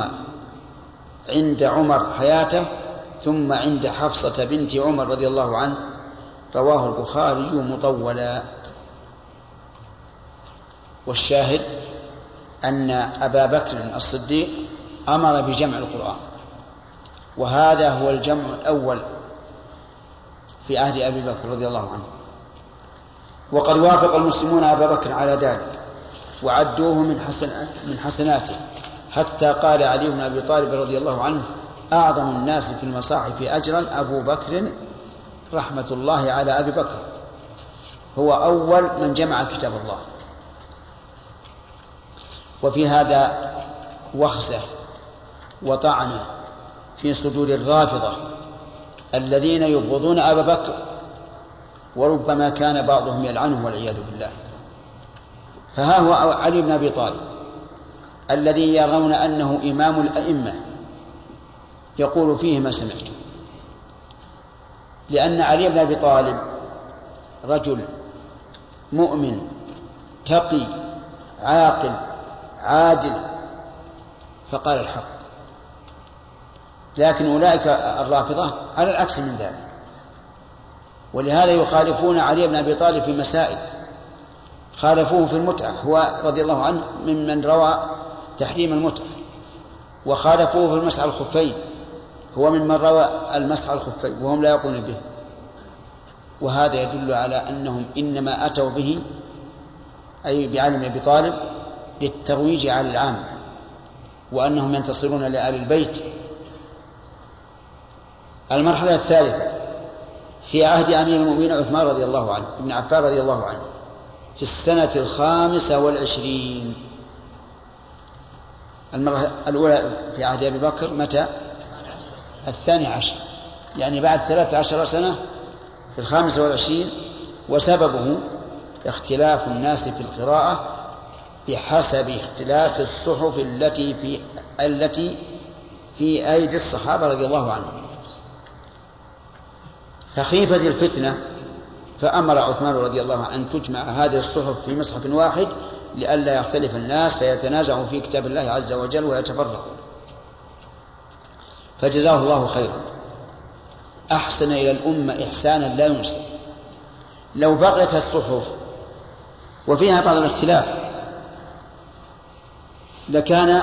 عند عمر حياته، ثم عند حفصة بنت عمر رضي الله عنه رواه البخاري مطولا. والشاهد أن أبا بكر الصديق أمر بجمع القرآن، وهذا هو الجمع الأول في عهد أبي بكر رضي الله عنه. وقد وافق المسلمون أبا بكر على ذلك وعدوه من حسناته، حتى قال علي بن أبي طالب رضي الله عنه: أعظم الناس في المصاحف أجرا أبو بكر رحمة الله على أبي بكر، هو أول من جمع كتاب الله. وفي هذا وخزة وطعنة في صدور الرافضة الذين يبغضون أبا بكر، وربما كان بعضهم يلعنه والعياذ بالله. فها هو علي بن أبي طالب الذي يرون أنه إمام الأئمة يقول فيه ما سمعت، لأن علي بن أبي طالب رجل مؤمن تقي عاقل عادل، فقال الحق. لكن أولئك الرافضة على العكس من ذلك، ولهذا يخالفون علي بن أبي طالب في مسائل. خالفوه في المتعة، هو رضي الله عنه ممن روى تحريم المتعة، وخالفوه في المسح على الخفين، هو ممن روى المسح على الخفين وهم لا يقولون به. وهذا يدل على أنهم إنما أتوا به أي بعلي بن أبي طالب للترويج على العام، وأنهم ينتصرون لآل البيت. المرحلة الثالثة في عهد أمير المؤمنين عثمان رضي الله عنه ابن عفان رضي الله عنه في السنة 25. المرة الأولى في عهد أبي بكر متى؟ 12، يعني بعد 13 سنة في 25. وسببه اختلاف الناس في القراءة بحسب اختلاف الصحف التي في أيدي الصحابة رضي الله عنهم. فخيفة الفتنة فأمر عثمان رضي الله عنه أن تجمع هذه الصحف في مصحف واحد لئلا يختلف الناس فيتنازعوا في كتاب الله عز وجل ويتفرقوا. فجزاه الله خيرا، أحسن إلى الأمة إحسانا لا ينسى. لو بقيت الصحف وفيها بعض الاختلاف لكان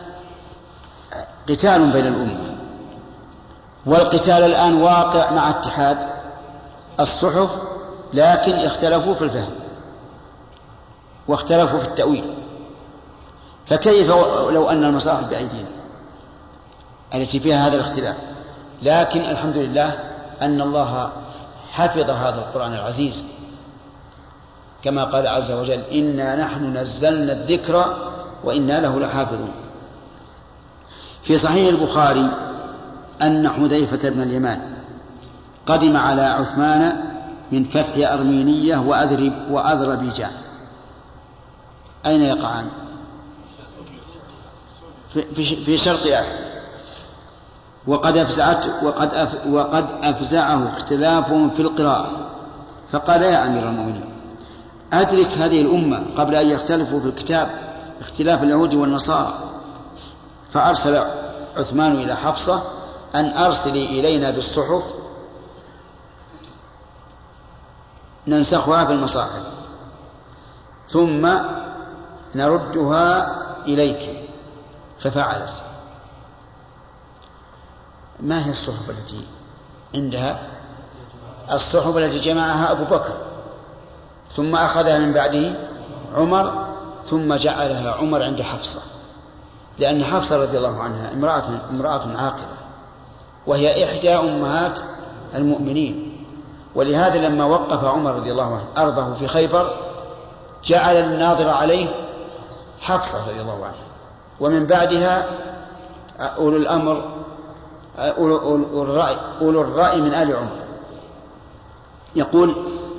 قتال بين الأمة، والقتال الآن واقع مع اتحاد الصحف، لكن اختلفوا في الفهم واختلفوا في التأويل. فكيف لو أن المصاحف بأيدينا التي فيها هذا الاختلاف؟ لكن الحمد لله أن الله حفظ هذا القرآن العزيز، كما قال عز وجل: إنا نحن نزلنا الذكر وإنا له لحافظون. في صحيح البخاري أن حذيفة بن اليمان قدم على عثمان من فتح أرمينية وأذربيجان. أين يقعان؟ في شرق آسيا. وقد أفزعه اختلافهم في القراءة، فقال: يا أمير المؤمنين، أدرك هذه الأمة قبل أن يختلفوا في الكتاب اختلاف اليهود والنصارى. فأرسل عثمان إلى حفصة أن أرسلي إلينا بالصحف ننسخها في المصاحف ثم نردها إليك. ففعلت. ما هي الصحف التي عندها؟ الصحف التي جمعها أبو بكر، ثم أخذها من بعده عمر، ثم جعلها عمر عند حفصة، لأن حفصة رضي الله عنها امرأة عاقلة، وهي إحدى أمهات المؤمنين. ولهذا لما وقف عمر رضي الله عنه أرضه في خيبر جعل الناظر عليه حفصة رضي الله عنها، ومن بعدها أولو الأمر أولو الرأي من آل عمر. يقول: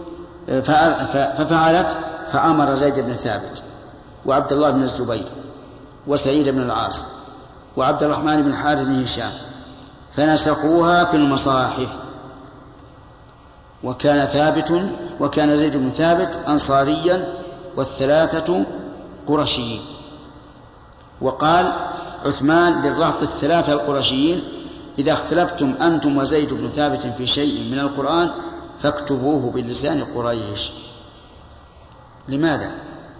ففعلت فأمر زيد بن ثابت وعبد الله بن الزبير وسعيد بن العاص وعبد الرحمن بن حارث بن هشام فنسخوها في المصاحف. وكان زيد بن ثابت أنصاريا والثلاثة قرشيين. وقال عثمان للرهط الثلاثة القرشيين: إذا اختلفتم أنتم وزيد بن ثابت في شيء من القرآن فاكتبوه بلسان قريش. لماذا؟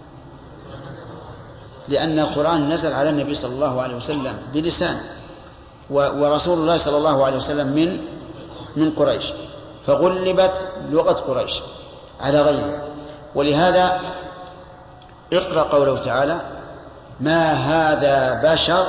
لأن القرآن نزل على النبي صلى الله عليه وسلم بلسانه، ورسول الله صلى الله عليه وسلم من قريش، فغلبت لغة قريش على غيرها. ولهذا اقرأ قوله تعالى: ما هذا بشر،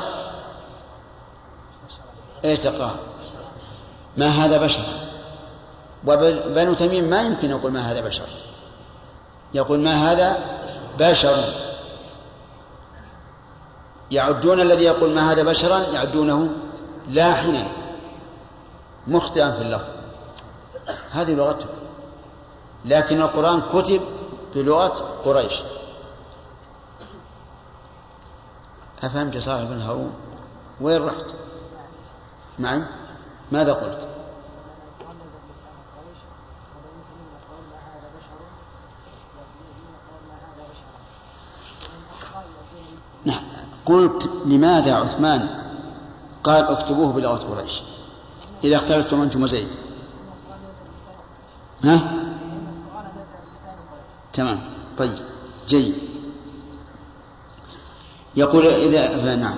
تقرأ ما هذا بشر. وبنو تميم ما يمكن يقول ما هذا بشر، يقول ما هذا بشر. يعدون الذي يقول ما هذا بشرا يعدونه لاحنا مخطئا في اللفظ، هذه لغته. لكن القرآن كتب بلغة قريش. أفهمت صاحب بن هارون؟ وين رحت معي؟ ماذا قلت؟ نعم، قلت لماذا عثمان قال اكتبوه بلغة قريش إذا اختلفتم أنتم وزيد؟ ها؟ تمام، طيب، جيد. يقول إذا نعم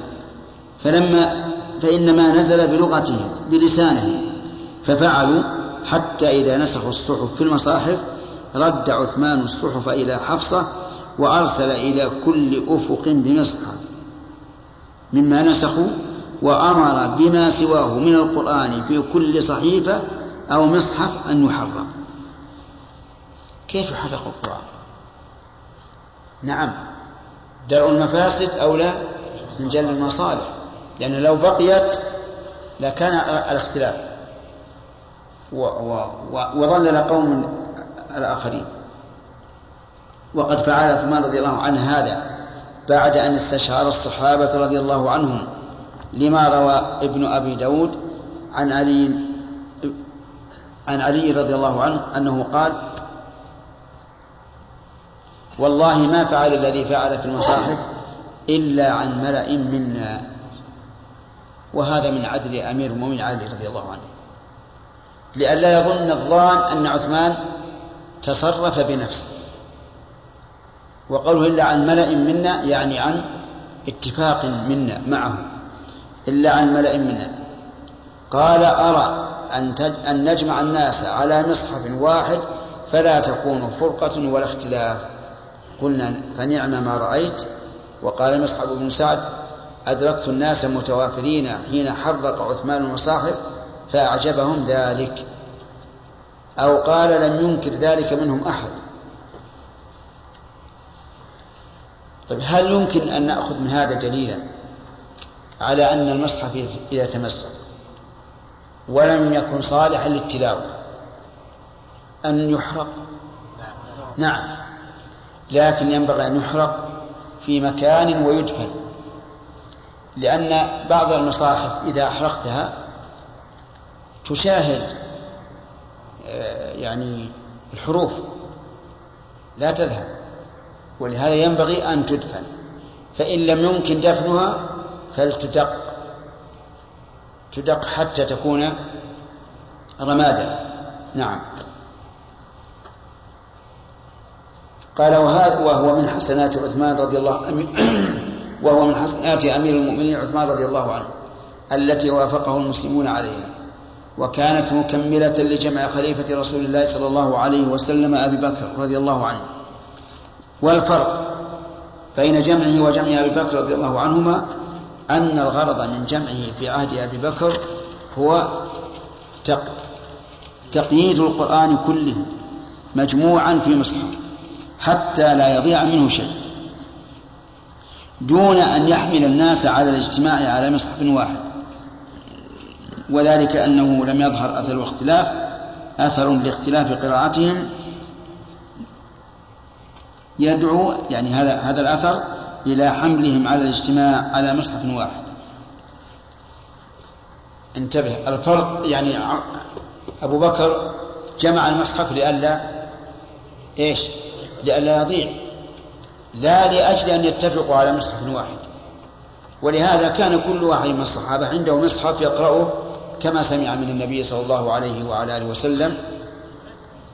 فإنما نزل بلغتهم بلسانه ففعلوا حتى إذا نسخوا الصحف في المصاحف رد عثمان الصحف إلى حفصة وأرسل إلى كل أفق بمصحف مما نسخوا، وأمر بما سواه من القرآن في كل صحيفة أو مصحف أن يحرق. كيف يحرق القرآن؟ نعم، درء المفاسد أولى من جلب المصالح، لأن لو بقيت لكان الاختلاف وضلل قوم الآخرين. وقد فعل عثمان رضي الله عنه هذا بعد أن استشار الصحابة رضي الله عنهم، لما روى ابن أبي داود عن علي رضي الله عنه أنه قال: والله ما فعل الذي فعل في المصاحف إلا عن ملأ منا. وهذا من عدل أمير المؤمنين علي رضي الله عنه، لئلا يظن الظان أن عثمان تصرف بنفسه. وقوله إلا عن ملأ منا يعني عن اتفاق منا معه، إلا عن ملأ منا. قال: أرى أن نجمع الناس على مصحف واحد فلا تكون فرقة ولا اختلاف. قلنا: فنعم ما رأيت. وقال مصعب بن سعد: أدركت الناس متوافرين حين حرق عثمان المصاحف فأعجبهم ذلك. أو قال: لم ينكر ذلك منهم أحد. طيب، هل يمكن أن نأخذ من هذا دليلا على أن المصحف إذا تمسك ولم يكن صالحا للتلاوة أن يحرق؟ نعم، لكن ينبغي أن يحرق في مكان ويدفن، لأن بعض المصاحف إذا أحرقتها تشاهد يعني الحروف لا تذهب، ولهذا ينبغي أن تدفن. فإن لم يمكن دفنها فلتدق حتى تكون رمادا. نعم. قال: وهو من حسنات عثمان رضي الله عنه وهو من حسنات أمير المؤمنين عثمان رضي الله عنه التي وافقه المسلمون عليها، وكانت مكملة لجمع خليفة رسول الله صلى الله عليه وسلم أبي بكر رضي الله عنه. والفرق بين جمعه وجمع أبي بكر رضي الله عنهما أن الغرض من جمعه في عهد أبي بكر هو تقييد القرآن كله مجموعا في مصحف حتى لا يضيع منه شيء، دون أن يحمل الناس على الاجتماع على مصحف واحد. وذلك أنه لم يظهر أثر لاختلاف قراءتهم يدعو يعني هذا الأثر إلى حملهم على الاجتماع على مصحف واحد. انتبه، الفرق يعني أبو بكر جمع المصحف لئلا يضيع، لا لأجل أن يتفقوا على مصحف واحد. ولهذا كان كل واحد من الصحابة عنده مصحف يقرأه كما سمع من النبي صلى الله عليه وعلى آله وسلم،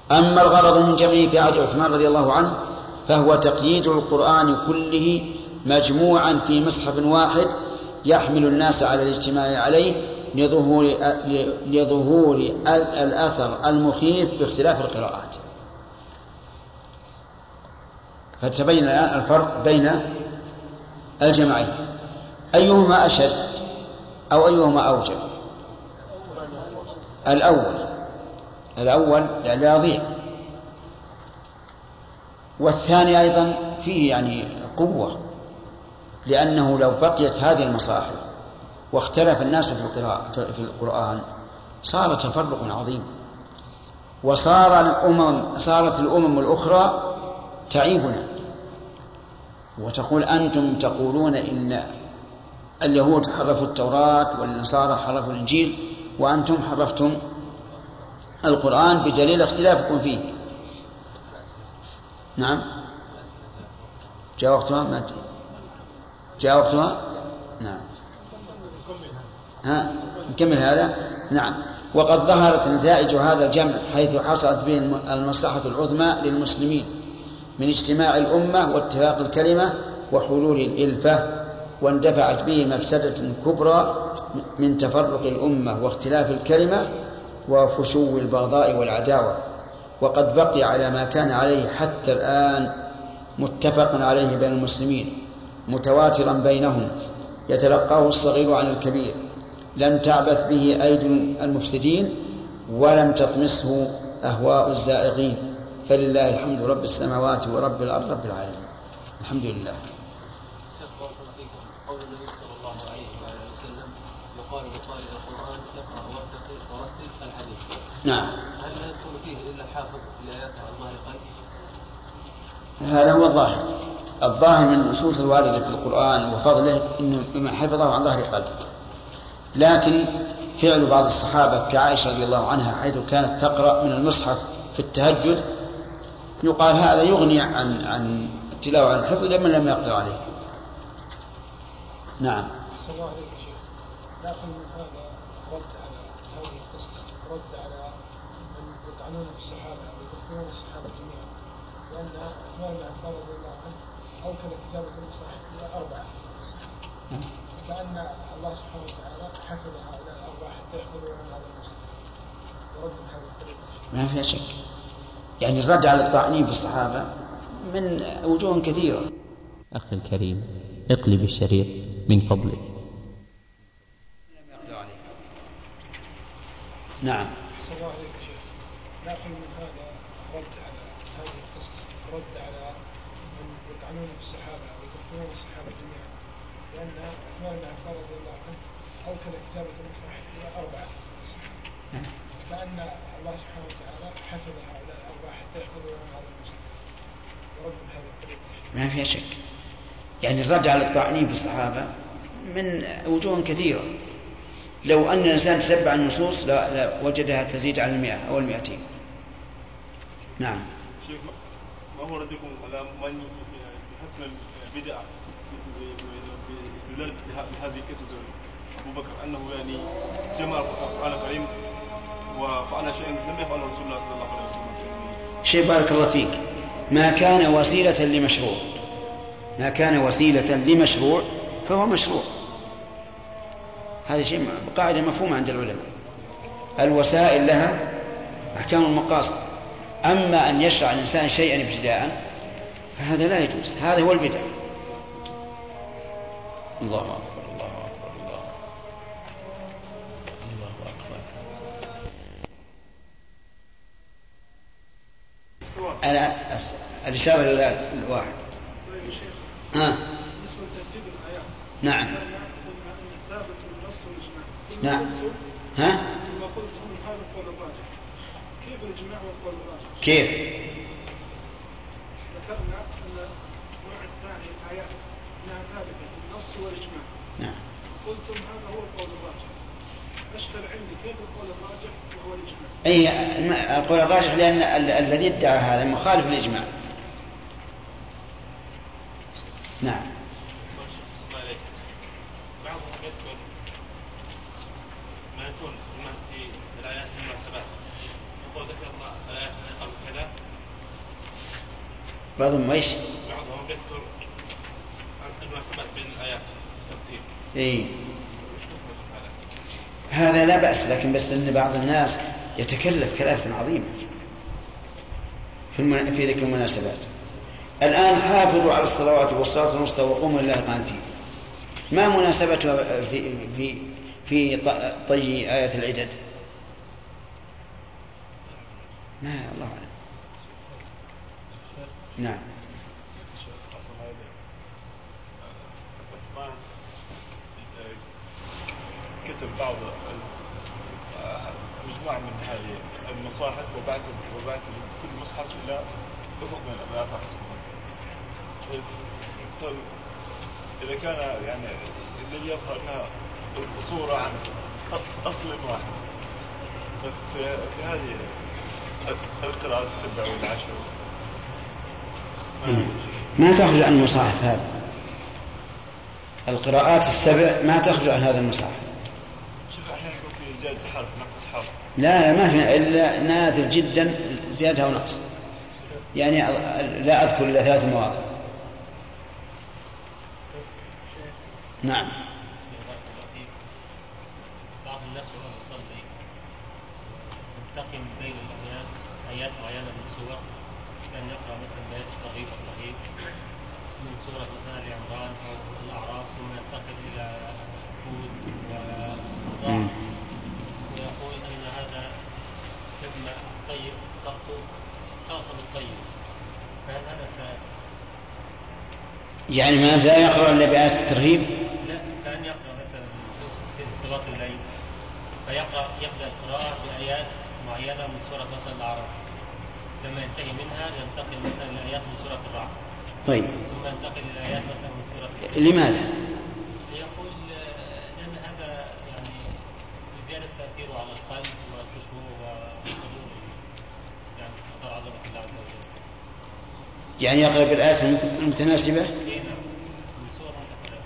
أما الغرض من جمعه في عهد عثمان رضي الله عنه فهو تقييد القرآن كله مجموعا في مصحف واحد يحمل الناس على الاجتماع عليه لظهور الأثر المخيف باختلاف القراءات. فتبين الآن الفرق بين الجمعين، أيهما أشد أو أيهما أوجب؟ الأول لا يضيع، والثاني أيضا فيه يعني قوة، لأنه لو بقيت هذه المصاحف واختلف الناس في القرآن صار تفرق عظيم، صارت الأمم الأخرى تعيبنا وتقول أنتم تقولون إن اليهود حرفوا التوراة والنصارى حرفوا الإنجيل وأنتم حرفتم القرآن بدليل اختلافكم فيه. نعم، جاوبتها نعم. نكمل هذا. نعم. وقد ظهرت نتائج هذا الجمع حيث حصلت به المصلحة العظمى للمسلمين من اجتماع الأمة واتفاق الكلمة وحلول الإلفة، واندفعت به مفسدة كبرى من تفرق الأمة واختلاف الكلمة وفشو البغضاء والعداوة. وقد بقي على ما كان عليه حتى الآن متفق عليه بين المسلمين متواترا بينهم يتلقاه الصغير عن الكبير، لم تعبث به أيدي المفسدين ولم تطمسه أهواء الزائغين، فلله الحمد رب السماوات ورب الأرض رب العالمين. الحمد لله. قول النبي صلى الله عليه وسلم يقال لقارئ القرآن اقرأ ورتل الحديث. نعم. هل لا يدخل فيه إلا الحافظ لآيات الله قلب؟ هذا هو الظاهر من النصوص الواردة في القرآن وفضله إنه بما حفظه عن ظهر قلب، لكن فعل بعض الصحابة كعائشة رضي الله عنها حيث كانت تقرأ من المصحف في التهجد يقال هذا يغني عن التلاوة عن الحفظ لمن لم يقدر عليه. نعم. أحسن الله عليك يا شيخ، لكن هذا رد على هذه القصص، رد على من يطعنون في الصحابة ويكفرون الصحابة جميعا، لأن عثمان بن عفان رضي الله عنه أوكل كتابة المصاحف إلى 4، فكأن الله سبحانه وتعالى حفظ هؤلاء 4 حتى يحفظوا من هذا المصحف، ورد بهذه الطريقة. ما فيها شك، يعني الرد على الطاعنين في الصحابة من وجوه كثيرة. أخي الكريم، اقلب الشريط من فضلك. نعم. أحسن الله عليك يا شيخ، لكن من هذا رد على هذه القصص، رد على من يطعنون في الصحابة ويكفرون الصحابة جميعا، لأن عثمان بن عفان رضي الله عنه أوكل كتابة المصاحف إلى 4، فكأن الله سبحانه وتعالى حفظ هؤلاء 4 حتى يحفظوا من هذا المصحف، ورد بهذه الطريقة. ما فيها شك، يعني الرد على الطاعنين في الصحابة من وجوه كثيرة. لو أن الإنسان تتبع النصوص لا وجدها تزيد على 100 أو 200. نعم. شيخ، ما هو ردكم على من يحسن البدع باستدلال بهذه قصة أبو بكر أنه يعني جمع القرآن الكريم وفعل شيئا لم يفعله رسول الله صلى الله عليه وسلم؟ شيء بارك الله فيك، ما كان وسيلة لمشروع فهو مشروع. هذا شيء قاعدة مفهومة عند العلماء، الوسائل لها أحكام المقاصد. أما أن يشرع الإنسان شيئا ابتداء فهذا لا يجوز، هذا هو البدع. الله أكبر الله أكبر الله أكبر. أنا الإشارة للواحد. بالنسبة لترتيب الآيات. نعم. نعم. كما قلت هم هذا القول الراجح. كيف الإجماع والقول الراجح؟ كيف؟ ذكرنا أن نوع الثاني الآيات أنها ثابتة بالنص والإجماع. نعم. قلتم هذا هو القول الراجح. أشكل عندي كيف القول الراجح وهو الإجماع؟ أي القول الراجح لأن الذي ادعى هذا مخالف للإجماع. نعم. بعضهم يذكر ما يكون في الآيات المناسبات، يقول ذكر الله الآيات قبل بعضهم ايش؟ بعضهم يذكر المناسبات بين الآيات الترتيب. إيه. هذا لا بأس، لكن بس أن بعض الناس يتكلف كلافا عظيما في ذكر المناسبات. الآن حافظوا على الصلوات والصلاة الوسطى وقوموا لله قانتين، ما مناسبتها في طي آية العدد؟ ما الله أعلم. نعم. كتب بعض مجموعة من هذه المصاحف وبعث كل مصحف إلى أفق من الآفاق السماوية. إذا كان يعني الذي يظهر أنها صورة عن أصل واحد، في هذه القراءات السبع والعشر ما تخرج عن المصاحف. هذا القراءات السبع ما تخرج عن هذا المصاحف. شوف أحيانا يكون في زيادة حرف نقص حرف. لا ما في إلا نادر جدا زيادة ونقص، يعني لا أذكر إلا 3 مواضع. نعم. بعض الناس وهو يصلي ينتقم بين الآيات، آيات معينة من سور، كان يقرأ مثلا آيات الترغيب والترهيب من سورة مثلا لعمران أو الأعراف، ثم ينتقل إلى هود والضعف، ويقول أن هذا لما الطيب تأخذ الطيب، فهل هذا سائل؟ يعني ما لا يقرأ إلا بآيات الترهيب؟ لا، كان يقرأ مثلا في صلاة الليل يبدأ القراءة بآيات معينة من سورة مثلا الأعراف، لما ينتهي منها ينتقل مثلا لآيات من سورة الرعد. طيب. ثم ينتقل إلى آيات مثلا من سورة لماذا؟ يقول لأن هذا يعني لزيادة تأثيره على القلب والخشوع وحضور يعني استحضار عظمة الله عز وجل. يعني يقرأ بالآيات المتناسبة؟ نعم، من سورة متناسبة.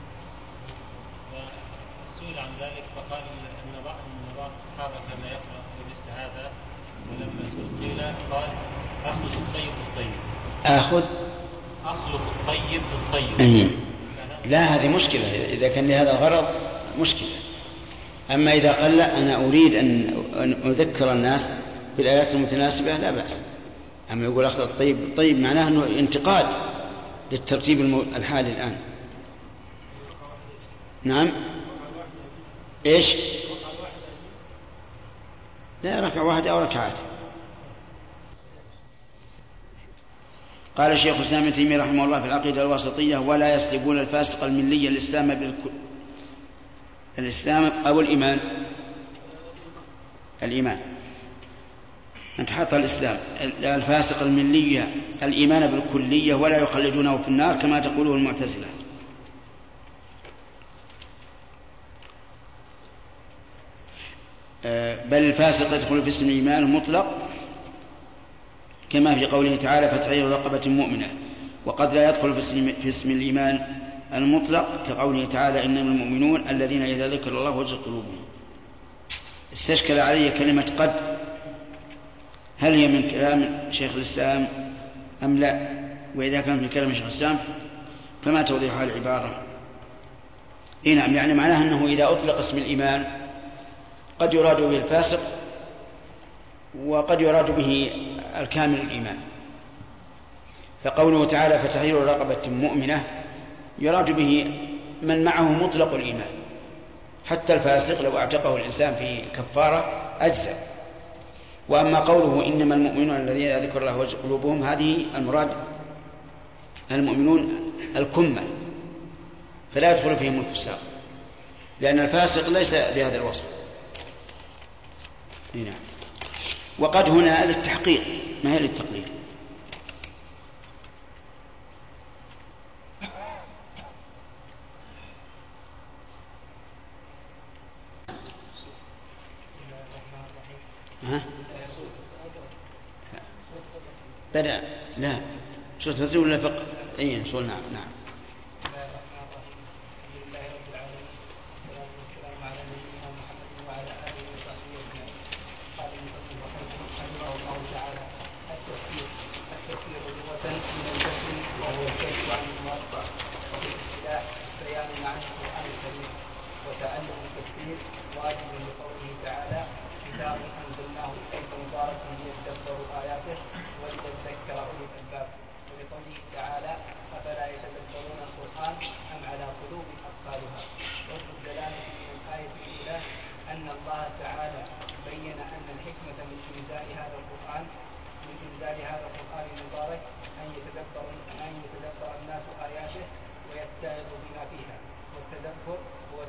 وسئل عن ذلك فقال أن بعض الصحابة كان يقرأ بمثل هذا، ولما قيل قال أخلق الطيب بالطيب. أخلق الطيب بالطيب. لا، هذه مشكلة. إذا كان لهذا الغرض مشكلة. أما إذا قال لا، أنا أريد أن أذكر الناس بالآيات المتناسبة لا بأس. أما يقول أخلق الطيب بالطيب معناه أنه انتقاد للترتيب الحالي الآن. نعم. إيش؟ لا، ركعة واحدة أو ركعات. قال الشيخ الإسلام ابن تيمية رحمه الله في العقيدة الواسطية: ولا يسلبون الفاسق الملي الإسلام أو الإيمان. أنت حاط الإسلام الفاسق الملي الإيمان بالكلية، ولا يخلدونه في النار كما تقوله المعتزلة. بل الفاسق يدخل في اسم الإيمان المطلق كما في قوله تعالى: فتحرير رقبة مؤمنة. وقد لا يدخل في اسم الإيمان المطلق كقوله تعالى: إنما المؤمنون الذين إذا ذكر الله وجلت قلوبهم. استشكل علي كلمة قد، هل هي من كلام شيخ الإسلام أم لا؟ وإذا كان من كلام شيخ الإسلام فما توضيح العبارة؟ نعم، يعني معناها أنه إذا أطلق اسم الإيمان قد يراد به الفاسق وقد يراد به الكامل الإيمان. فقوله تعالى: فتحرير رقبة مؤمنة يراد به من معه مطلق الإيمان، حتى الفاسق لو اعتقه الإنسان في كفارة أجزى. وأما قوله إنما المؤمنون الذين ذكر الله وجل قلوبهم، هذه المراد المؤمنون الكمة، فلا يدخل فيهم الفساق، لأن الفاسق ليس بهذا الوصف. نعم. وقد هنا للتحقيق ما هي للتقليل. بدأ لا شو تفسير ولا فقه؟ أي شو؟ نعم. التفسير لغة التفسير لغة من عن الموضع. وفي الاصطلاح بيان معنى القرآن الكريم. وتعلم التفسير واجب لقوله تعالى كتاب أنزلناه إليك مبارك ليدبروا آياته وليذكر أولو الألباب. ولقوله تعالى أفلا يتدبرون القرآن أم على قلوب أقفالها. وجه الدلالة من الآية الأولى أن الله تعالى بين أن الحكمة من إنزال هذا القرآن المبارك أن يتدبر الناس آياته ويتعظوا بما فيها. والتدبر هو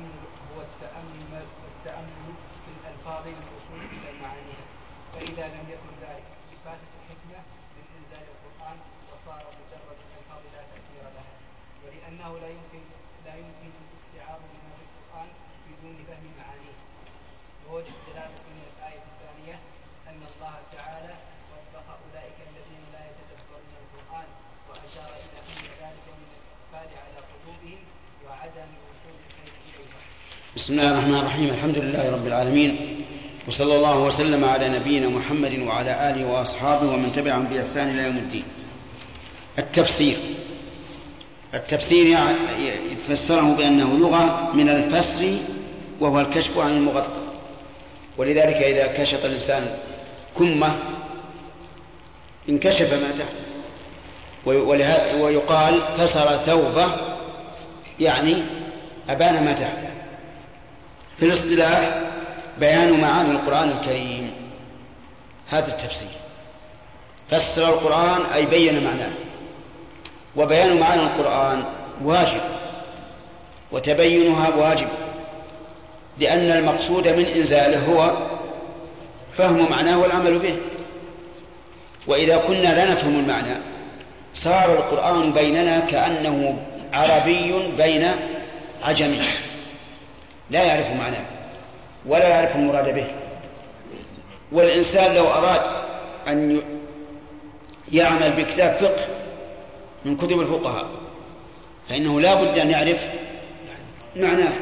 التأمل في الألفاظ والوصول إلى معانيها. فإذا لم يكن ذلك بفاتت الحكمة من إنزال القرآن وصار مجرد الألفاظ لا تأثير لها. ولأنه لا يمكن الاستيعاب بما في القرآن بدون فهم معانيه. ووجه الدلالة من الآية الثانية أن الله تعالى وفق أولئك الذين لا يتدبرون القرآن وأشار إلى أن ذلك من الإقبال على قلوبهم وعدم وصول الخير إليها. بسم الله الرحمن الرحيم. الحمد لله رب العالمين، وصلى الله وسلم على نبينا محمد وعلى آله وأصحابه ومن تبعهم بإحسان إلى يوم الدين. التفسير يفسره بأنه لغة من الفسر وهو الكشف عن المغطى. ولذلك إذا كشف الإنسان كمة انكشف ما تحته، ويقال كسر ثوبه يعني أبان ما تحته. في الاصطلاح بيان معاني القرآن الكريم، هذا التفسير. فسر القرآن أي بين معناه. وبيان معاني القرآن واجب، وتبينها واجب، لأن المقصود من إنزاله هو فهم معناه والعمل به. وإذا كنا لا نفهم المعنى صار القرآن بيننا كأنه عربي بين عجمي لا يعرف معناه ولا يعرف المراد به. والإنسان لو أراد أن يعمل بكتاب فقه من كتب الفقهاء فإنه لا بد أن يعرف معناه.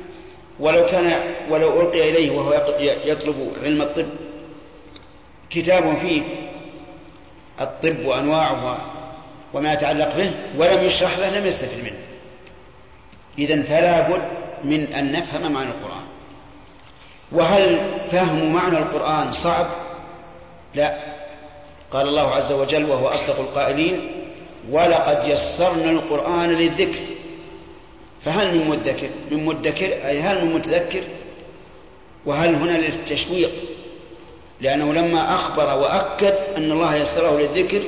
ولو ألقي إليه وهو يطلب علم الطب كتاب فيه الطب وأنواعه وما يتعلق به ولم يشرح له لم يستفد منه. إذن فلا بد من أن نفهم معنى القرآن. وهل فهم معنى القرآن صعب؟ لا. قال الله عز وجل وهو أصدق القائلين ولقد يسرنا القرآن للذكر فهل من مدكر أي هل من متذكر. وهل هنا للتشويق، لأنه لما أخبر وأكد أن الله يسره للذكر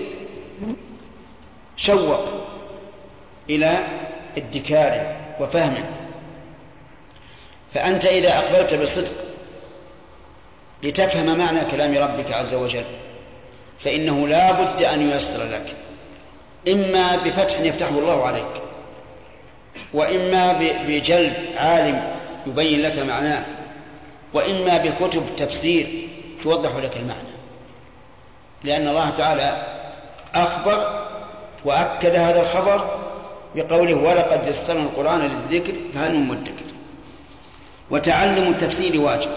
شوق إلى ادكاره وفهمه. فأنت إذا أقبلت بالصدق لتفهم معنى كلام ربك عز وجل فإنه لا بد أن ييسر لك، إما بفتح يفتحه الله عليك، وإما بجلب عالم يبين لك معناه، وإما بكتب تفسير توضح لك المعنى. لأن الله تعالى أخبر وأكد هذا الخبر بقوله ولقد يسرنا القرآن للذكر فهل من مدكر. وتعلم التفسير واجب.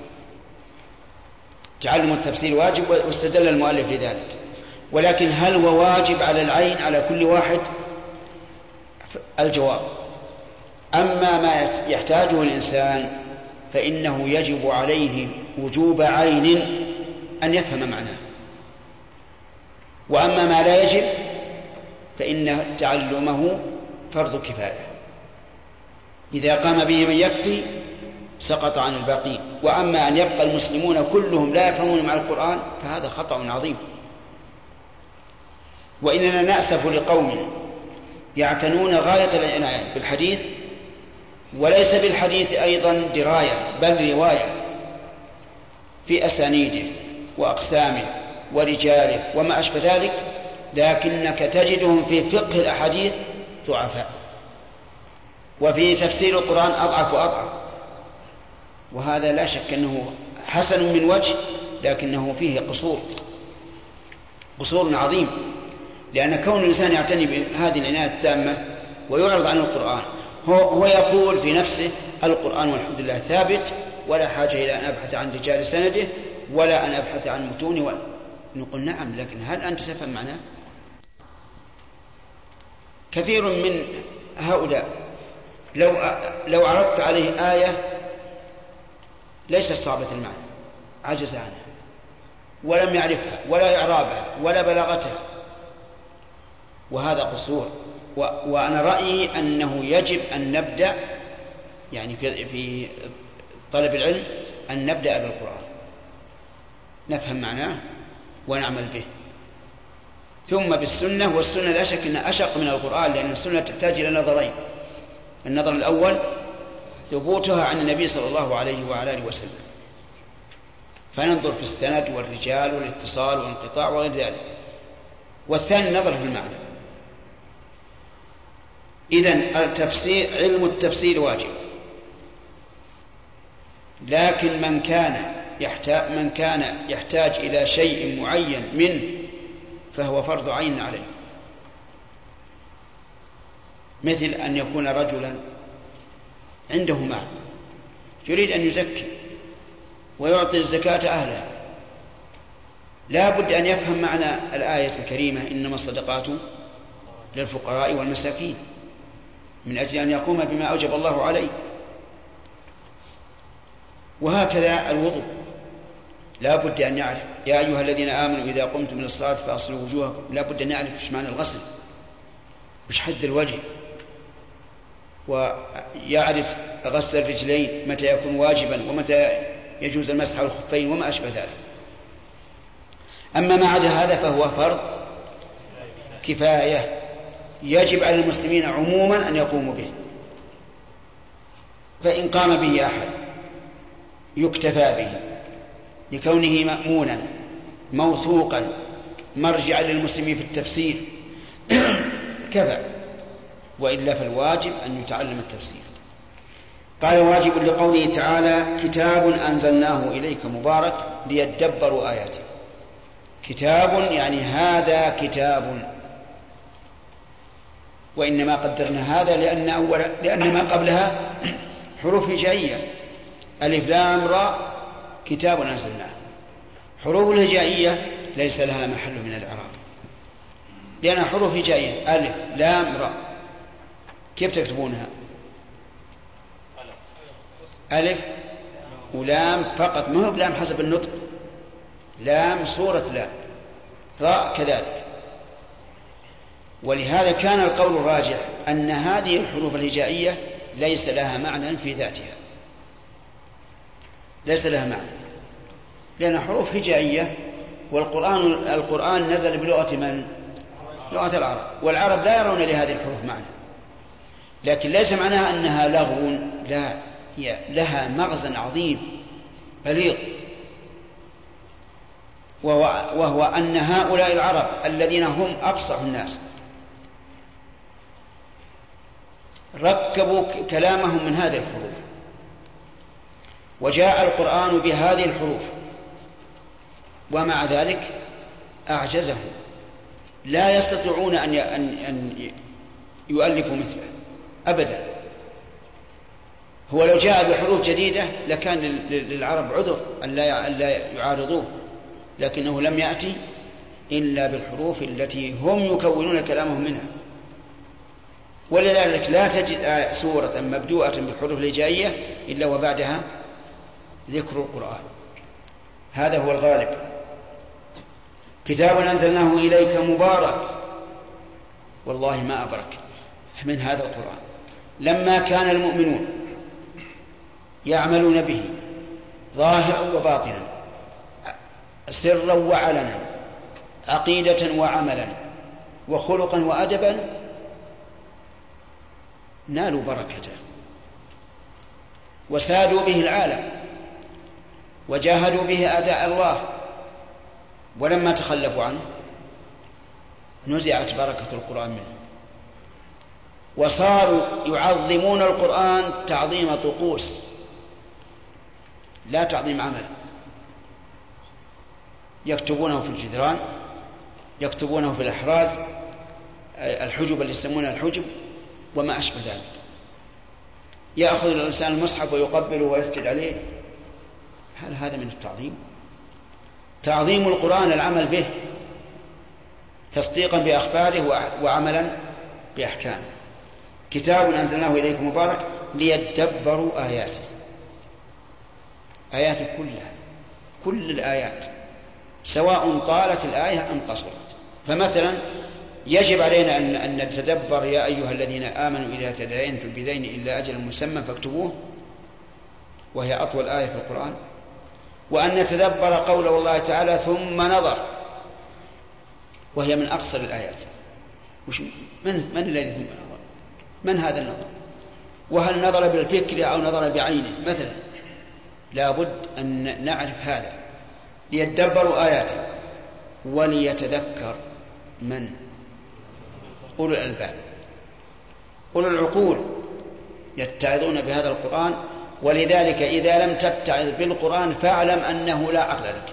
تعلم التفسير واجب، واستدل المؤلف لذلك. ولكن هل هو واجب على العين على كل واحد؟ الجواب أما ما يحتاجه الإنسان فإنه يجب عليه وجوب عين أن يفهم معناه. وأما ما لا يجب فإن تعلمه فرض كفاية، إذا قام به من يكفي سقط عن الباقين. وأما أن يبقى المسلمون كلهم لا يفهمون معنى القرآن فهذا خطأ عظيم. وإننا نأسف لقوم يعتنون غاية العناية بالحديث وليس بالحديث أيضا دراية بل رواية في أسانيده وأقسامه ورجاله وما أشبه ذلك، لكنك تجدهم في فقه الأحاديث ضعفاء، وفي تفسير القرآن أضعف وأضعف. وهذا لا شك أنه حسن من وجه، لكنه فيه قصور عظيم. لأن كون الإنسان يعتني بهذه العناية التامة ويعرض عن القرآن هو يقول في نفسه القرآن والحمد لله ثابت، ولا حاجة إلى أن أبحث عن رجال سنده ولا أن أبحث عن متونه. نقول نعم، لكن هل أنت تفهم معناه؟ كثير من هؤلاء لو عرضت عليه آية ليست صعبة المعنى عجز عنها ولم يعرفها ولا إعرابها ولا بلاغتها، وهذا قصور. وأنا رأيي أنه يجب أن نبدأ يعني في طلب العلم أن نبدأ بالقرآن، نفهم معناه ونعمل به، ثم بالسنة. والسنة لا شك أنها أشق من القرآن، لأن السنة تحتاج إلى نظرين: النظر الأول ثبوتها عن النبي صلى الله عليه وعلى آله وسلم، فننظر في السند والرجال والاتصال والانقطاع وغير ذلك، والثاني النظر في المعنى. إذن علم التفسير واجب، لكن من كان يحتاج إلى شيء معين منه فهو فرض عين عليه، مثل أن يكون رجلا عنده مال يريد أن يزكي ويعطي الزكاة أهلها، لا بد أن يفهم معنى الآية الكريمة: إنما الصدقات للفقراء والمساكين، من أجل أن يقوم بما أوجب الله عليه. وهكذا الوضوء لا بد أن يعرف: يا أيها الذين آمنوا إذا قمتم إلى الصلاة فأغسلوا وجوهكم. لا بد أن يعرف إيش معنى الغسل، وش حد الوجه، ويعرف غسل الرجلين متى يكون واجبا ومتى يجوز المسح على الخفين وما أشبه ذلك. أما ما عدا هذا فهو فرض كفاية، يجب على المسلمين عموما أن يقوموا به، فإن قام به أحد يكتفى به لكونه مأمونا موثوقا مرجعا للمسلمين في التفسير كفى، وإلا فالواجب أن يتعلم التفسير. قال: واجب لقوله تعالى: كتاب أنزلناه إليك مبارك ليدبروا آياته. كتاب يعني هذا كتاب، وإنما قدرنا هذا لأن ما قبلها حروف هجائية: ألف لام را كتاب أنزلناه. حروف الهجائية ليس لها محل من الإعراب لأنها حروف هجائية: ألف لام را. كيف تكتبونها؟ ألف ولام فقط، ما هو بلام حسب النطق، لام صورة لام، راء كذلك. ولهذا كان القول الراجح أن هذه الحروف الهجائية ليس لها معنى في ذاتها، ليس لها معنى، لأنها حروف هجائية. والقرآن نزل بلغة من؟ لغة العرب، والعرب لا يرون لهذه الحروف معنى، لكن ليس معناها أنها لغو، لا، هي لها مغزى عظيم بليغ، وهو أن هؤلاء العرب الذين هم أفصح الناس ركبوا كلامهم من هذه الحروف، وجاء القرآن بهذه الحروف، ومع ذلك أعجزهم، لا يستطيعون أن يؤلفوا مثله أبدا. هو لو جاء بحروف جديدة لكان للعرب عذر أن لا يعارضوه، لكنه لم يأتي إلا بالحروف التي هم يكونون كلامهم منها. ولذلك لا تجد سورة مبدوءة بالحروف الهجائية إلا وبعدها ذكر القرآن، هذا هو الغالب. كتاب أنزلناه إليك مبارك، والله ما أبرك من هذا القرآن. لما كان المؤمنون يعملون به ظاهرا وباطنا، سرا وعلنا، عقيدة وعملا، وخلقا وأدبا، نالوا بركته وسادوا به العالم وجاهدوا به أعداء الله، ولما تخلفوا عنه نزعت بركة القرآن منه، وصاروا يعظمون القرآن تعظيم طقوس لا تعظيم عمل. يكتبونه في الجدران، يكتبونه في الأحراز، الحجب اللي يسمونها الحجب وما أشبه ذلك. يأخذ الإنسان المصحف ويقبله ويسجد عليه، هل هذا من التعظيم؟ تعظيم القرآن العمل به تصديقا بأخباره وعملا بأحكام. كتاب أنزلناه إليك مبارك ليدبروا آياته، آياته كلها، كل الآيات سواء طالت الآية أم قصرت. فمثلا يجب علينا أن نتدبر يا أيها الذين آمنوا إذا تداينتم بدين إلى أجل مسمى فاكتبوه، وهي أطول آية في القرآن، وأن نتدبر قول الله تعالى ثم نظر، وهي من أقصر الآيات. من الذي ثم نظر؟ من هذا النظر؟ وهل نظر بالفكر أو نظر بعينه مثلا؟ لا بد أن نعرف هذا ليدبروا آياته وليتذكر من؟ أولو الألباب، أولو العقول يتعظون بهذا القرآن. ولذلك إذا لم تتعظ بالقرآن فاعلم أنه لا عقل لك،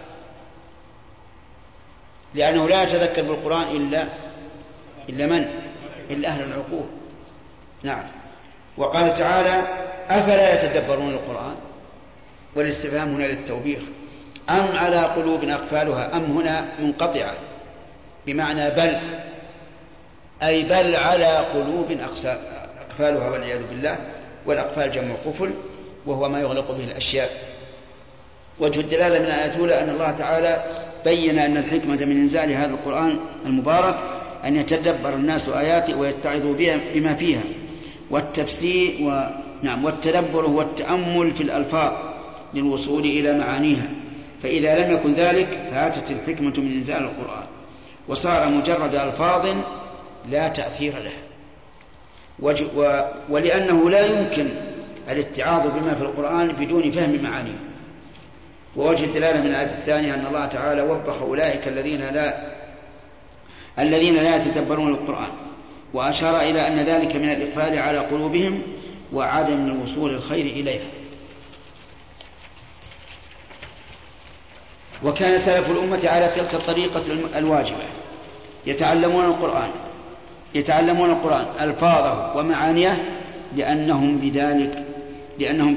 لأنه لا يتذكر بالقرآن إلا من؟ إلا أهل العقول. نعم. وقال تعالى أفلا يتدبرون القرآن، والاستفهام هنا للتوبيخ. أم على قلوب أقفالها، أم هنا منقطعة بمعنى بل، أي بل على قلوب أقفالها والعياذ بالله. والأقفال جمع قفل وهو ما يغلق به الأشياء. وجه الدلالة من الآيات الأولى أن الله تعالى بين أن الحكمة من إنزال هذا القرآن المبارك أن يتدبر الناس آياته ويتعظوا بما فيها. والتفسير والتدبر هو التأمل في الألفاظ للوصول إلى معانيها، فإذا لم يكن ذلك فاتت الحكمة من إنزال القرآن وصار مجرد ألفاظ لا تأثير لها. ولأنه لا يمكن الاتعاظ بما في القرآن بدون فهم معانيه. ووجه الدلالة من الآية الثانية أن الله تعالى وبخ أولئك الذين لا يتدبرون القرآن، وأشار إلى أن ذلك من الإقبال على قلوبهم وعدم الوصول الخير إليها. وكان سلف الأمة على تلك الطريقة الواجبة، يتعلمون القرآن ألفاظه ومعانيه لأنهم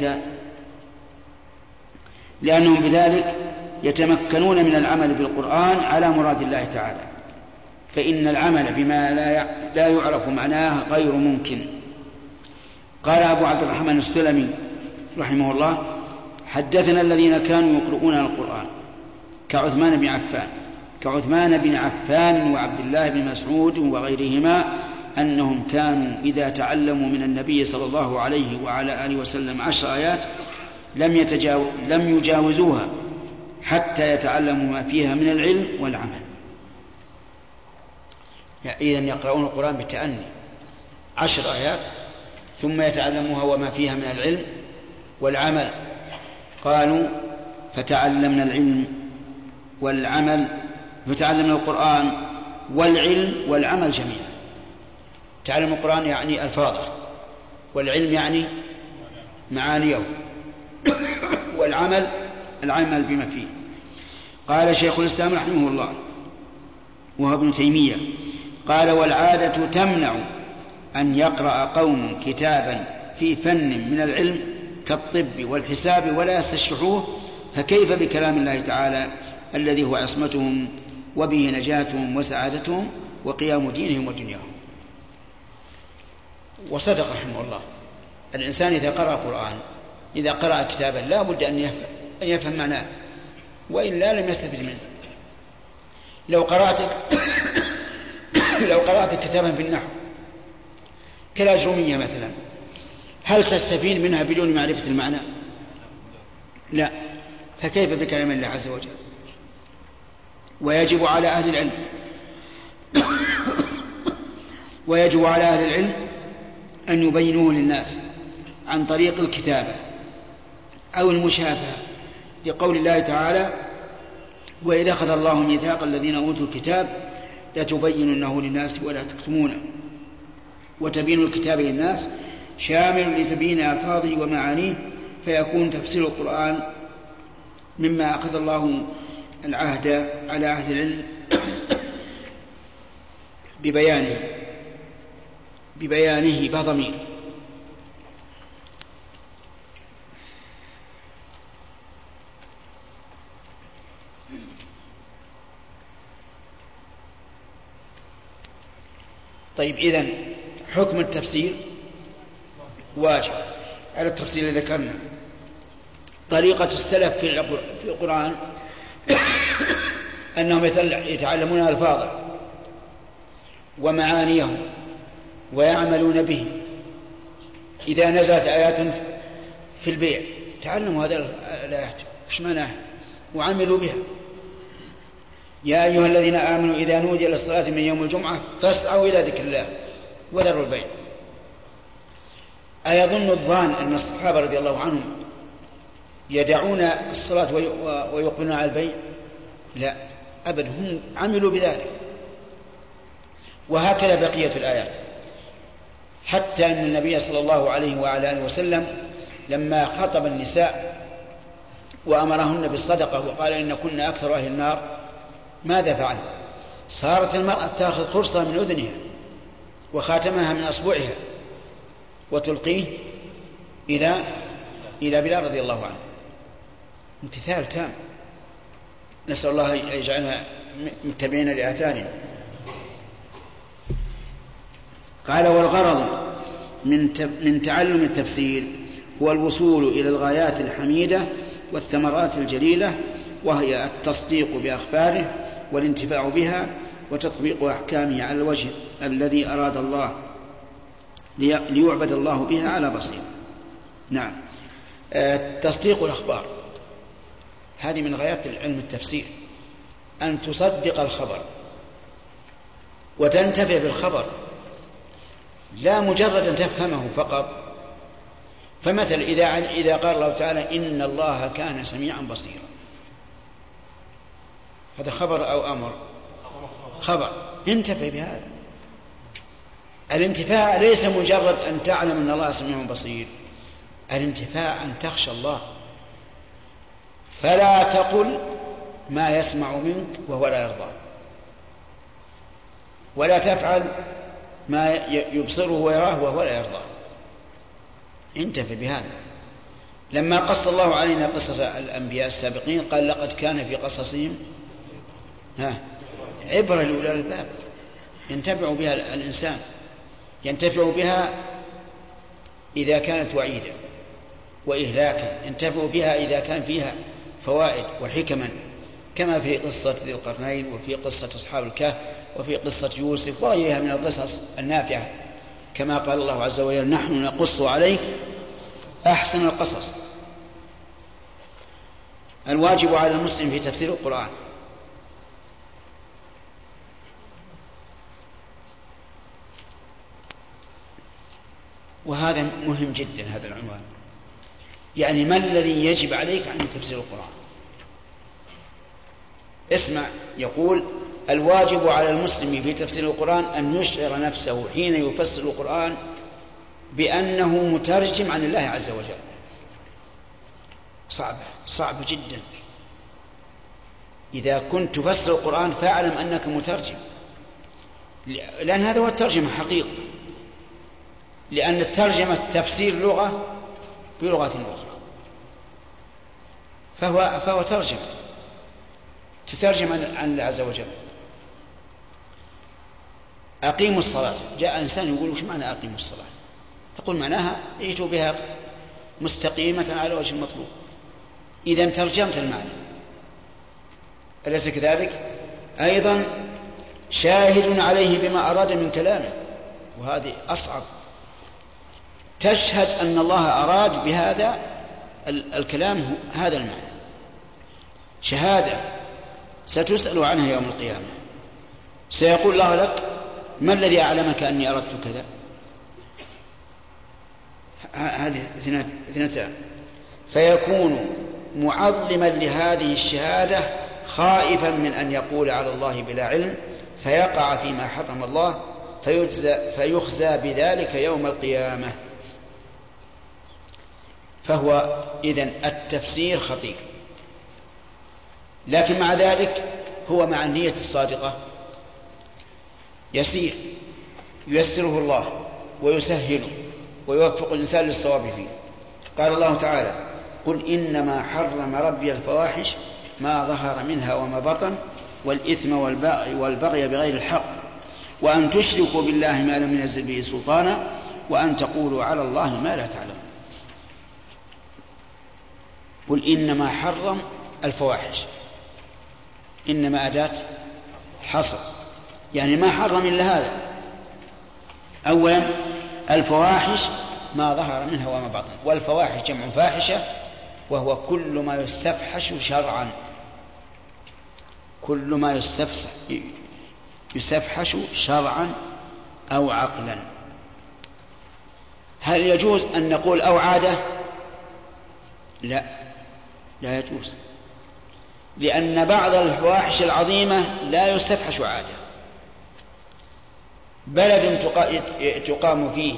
بذلك يتمكنون من العمل بالقرآن على مراد الله تعالى. فإن العمل بما لا يعرف معناه غير ممكن. قال أبو عبد الرحمن السلمي رحمه الله حدثنا الذين كانوا يقرؤون القرآن كعثمان بن عفان وعبد الله بن مسعود وغيرهما أنهم كانوا إذا تعلموا من النبي صلى الله عليه وعلى آله وسلم 10 آيات لم يجاوزوها حتى يتعلموا ما فيها من العلم والعمل. إذن يقرؤون القرآن بالتأني 10 آيات ثم يتعلموها وما فيها من العلم والعمل. قالوا فتعلمنا العلم والعمل، فتعلمنا القرآن والعلم والعمل جميعا. تعلم القرآن يعني ألفاظه، والعلم يعني معانيه، والعمل العمل بما فيه. قال شيخ الإسلام رحمه الله وهو ابن تيمية قال والعادة تمنع أن يقرأ قوم كتابا في فن من العلم كالطب والحساب ولا يستشرحوه، فكيف بكلام الله تعالى الذي هو عصمتهم وبه نجاتهم وسعادتهم وقيام دينهم ودنياهم. وصدق رحمه الله. الإنسان إذا قرأ القرآن، إذا قرأ كتابا لا بد أن يفهم معناه، وإلا لم يستفد منه. لو قرأت كتابا في النحو كالأجرومية مثلا، هل تستفيد منها بدون معرفة المعنى؟ لا. فكيف بكلام الله عز وجل؟ ويجب على أهل العلم أن يبينوه للناس عن طريق الكتابة أو المشافهة، لقول الله تعالى وإذا أخذ الله ميثاق الذين أوتوا الكتاب لتبيننه للناس ولا تكتمونه. وتبين الكتاب للناس شامل لتبيين ألفاظه ومعانيه، فيكون تفسير القرآن مما أخذ الله العهد على أهل العلم ببيانه بضمير. طيب إذن حكم التفسير واجب على التفسير الذي ذكرنا. طريقة السلف في القرآن أنهم يتعلمون ألفاظه ومعانيه ويعملون به. إذا نزلت آيات في البيع تعلموا هذه الآيات وش معناها وعملوا بها. يا أيها الذين آمنوا إذا نودي للصلاة من يوم الجمعة فاسعوا إلى ذكر الله وذروا البيع. أيظن الظان أن الصحابة رضي الله عنهم يدعون الصلاة ويقبلون على البيع؟ لا أبدا، هم عملوا بذلك. وهكذا بقية الآيات، حتى أن النبي صلى الله عليه وعلى آله وسلم لما خطب النساء وأمرهن بالصدقة وقال إن كنا أكثر أهل النار ماذا فعل؟ صارت المرأة تأخذ قرصها من أذنها وخاتمها من أصبعها وتلقيه إلى بلال رضي الله عنه. امتثال تام، نسأل الله يجعلنا متبعين لآثارهم. قال والغرض من تعلم التفسير هو الوصول إلى الغايات الحميدة والثمرات الجليلة، وهي التصديق بأخباره والانتفاع بها وتطبيق أحكامه على الوجه الذي أراد الله ليعبد الله بها على بصيرة. نعم، تصديق الأخبار هذه من غايات علم التفسير، أن تصدق الخبر وتنتفع بالخبر، لا مجرد أن تفهمه فقط. فمثل إذا قال الله تعالى إن الله كان سميعا بصيرا، هذا خبر أو أمر؟ خبر، انتفع بهذا. الانتفاع ليس مجرد أن تعلم أن الله سميع بصير، الانتفاع أن تخشى الله، فلا تقل ما يسمع منك وهو لا يرضى، ولا تفعل ما يبصره ويراه وهو لا يرضى. انتفع بهذا. لما قص الله علينا قصص الأنبياء السابقين قال لقد كان في قصصهم عبرة لأولي الألباب، ينتفع بها الإنسان، ينتفع بها إذا كانت وعيدا وإهلاكا، ينتفع بها إذا كان فيها فوائد وحكما، كما في قصة ذي القرنين وفي قصة أصحاب الكهف وفي قصة يوسف وغيرها من القصص النافعة، كما قال الله عز وجل نحن نقص عليك أحسن القصص. الواجب على المسلم في تفسير القرآن وهذا مهم جدا، هذا العنوان، يعني ما الذي يجب عليك عن تفسير القرآن؟ اسمع، يقول الواجب على المسلم في تفسير القرآن أن يشعر نفسه حين يفسر القرآن بأنه مترجم عن الله عز وجل. صعب جدا. إذا كنت تفسر القرآن فاعلم أنك مترجم، لأن هذا هو الترجمة حقيقة، لأن الترجمة تفسير لغة بلغة أخرى، فهو ترجمة، تترجم عن الله عز وجل. أقيموا الصلاة، جاء إنسان يقول وش معنى أقيموا الصلاة؟ تقول معناها ائتوا بها مستقيمة على وجه المطلوب. إذا ترجمت المعنى، أليس كذلك؟ أيضا شاهد عليه بما أراد من كلامه، وهذه أصعب، تشهد أن الله أراد بهذا الكلام هذا المعنى، شهادة ستسأل عنها يوم القيامة. سيقول الله لك ما الذي أعلمك أني أردت كذا؟ هذه اثنتان. فيكون معظما لهذه الشهادة خائفا من أن يقول على الله بلا علم فيقع فيما حرم الله فيخزى بذلك يوم القيامة. فهو إذن التفسير خطير، لكن مع ذلك هو مع النية الصادقة يسير، ييسره الله ويسهله ويوفق الإنسان للصواب فيه. قال الله تعالى قل إنما حرم ربي الفواحش ما ظهر منها وما بطن والإثم والبغي بغير الحق وأن تشركوا بالله ما لم ينزل به سلطانا وأن تقولوا على الله ما لا تعلمون. قل إنما حرم الفواحش، إنما أداة حصر، يعني ما حرم إلا هذا. أولا الفواحش ما ظهر منها وما بطن، والفواحش جمع فاحشة، وهو كل ما يستفحش شرعا، كل ما يستفحش شرعا أو عقلا. هل يجوز أن نقول أو عادة؟ لا يجوز، لأن بعض الفواحش العظيمة لا يستفحش عادة. بلد تقام فيه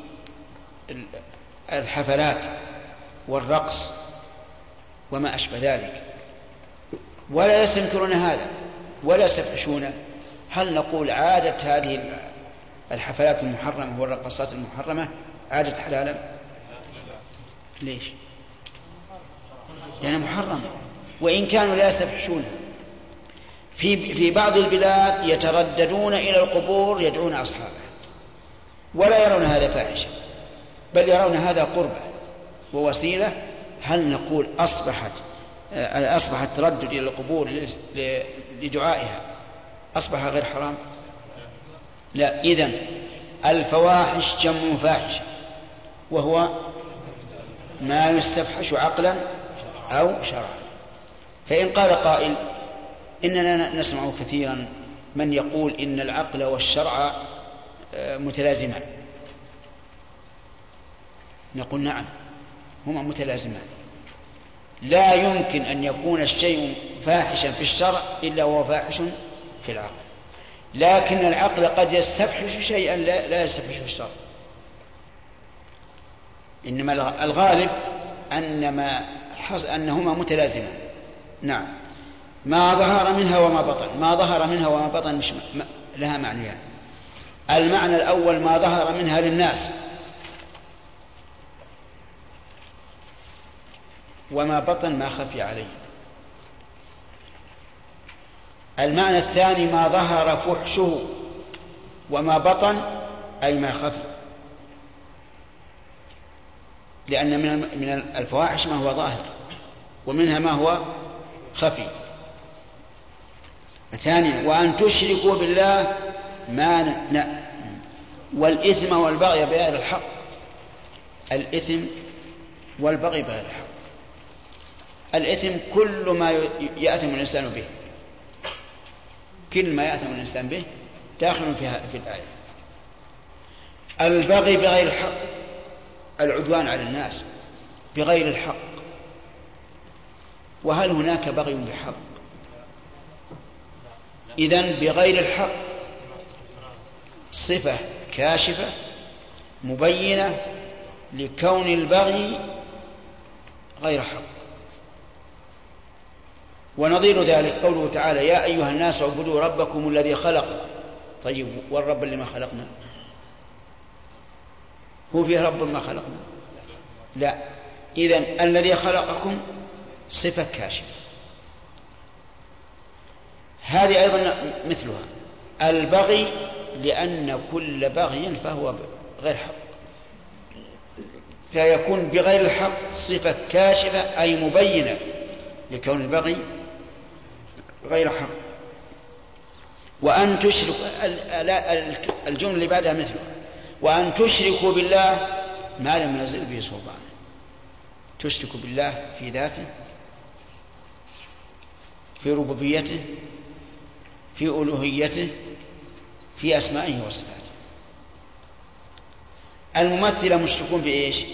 الحفلات والرقص وما أشبه ذلك ولا يستنكرون هذا ولا يستفحشونه، هل نقول عادة هذه الحفلات المحرمة والرقصات المحرمة عادة حلالا؟ ليش؟ لأنها محرمة، وإن كانوا لا يستفحشونه. في بعض البلاد يترددون إلى القبور يدعون أصحابه ولا يرون هذا فاحشة، بل يرون هذا قربة ووسيلة. هل نقول أصبح التردد إلى القبور لدعائها أصبح غير حرام؟ لا. إذن الفواحش جمع فاحشة، وهو ما يستفحش عقلا أو شرعا. فإن قال قائل إننا نسمع كثيرا من يقول إن العقل والشرع متلازمان، نقول نعم هما متلازمان، لا يمكن أن يكون الشيء فاحشا في الشرع إلا وهو فاحش في العقل، لكن العقل قد يستفحش شيئا لا يستفحش الشرع. إنما الغالب أنهما متلازمان. نعم. ما ظهر منها وما بطن، ما ظهر منها وما بطن مش لها معنيان. المعنى الأول ما ظهر منها للناس، وما بطن ما خفي عليه. المعنى الثاني ما ظهر فحشه، وما بطن أي ما خفي، لأن من الفواحش ما هو ظاهر ومنها ما هو خفي. ثانيا وأن تشركوا بالله والإثم والبغي بغير الحق، الإثم والبغي بغير الحق. الإثم كل ما يأثم الإنسان به، كل ما يأثم الإنسان به داخل في الآية. البغي بغير الحق، العدوان على الناس بغير الحق. وهل هناك بغي بحق؟ إذن بغير الحق صفة كاشفة مبينة لكون البغي غير حق. ونظير ذلك قوله تعالى يا أيها الناس اعبدوا ربكم الذي خلقكم. طيب والرب اللي ما خلقنا هو فيه رب ما خلقنا؟ لا. إذن الذي خلقكم صفة كاشفة. هذه أيضا مثلها البغي، لأن كل بغي فهو غير حق، فيكون بغير الحق صفة كاشفة أي مبينة لكون البغي غير حق. وأن تشركوا، الجملة اللي بعدها مثلها، وأن تشركوا بالله ما لم ينزل به سلطان. تشركوا بالله في ذاته، في ربوبيته، في ألوهيته، في أسمائه وصفاته. الممثلة مشركون بإيش؟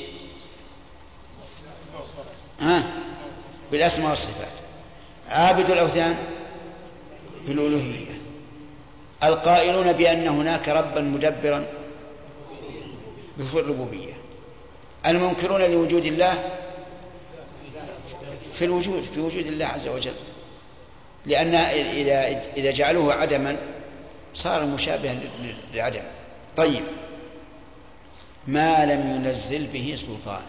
بالأسماء والصفات. عابد الأوثان بالألوهية. القائلون بأن هناك ربا مدبرا بالربوبية. المنكرون لوجود الله في الوجود، في وجود الله عز وجل، لأن إذا جعلوه عدما صار مشابها للعدم. طيب ما لم ينزل به سلطان،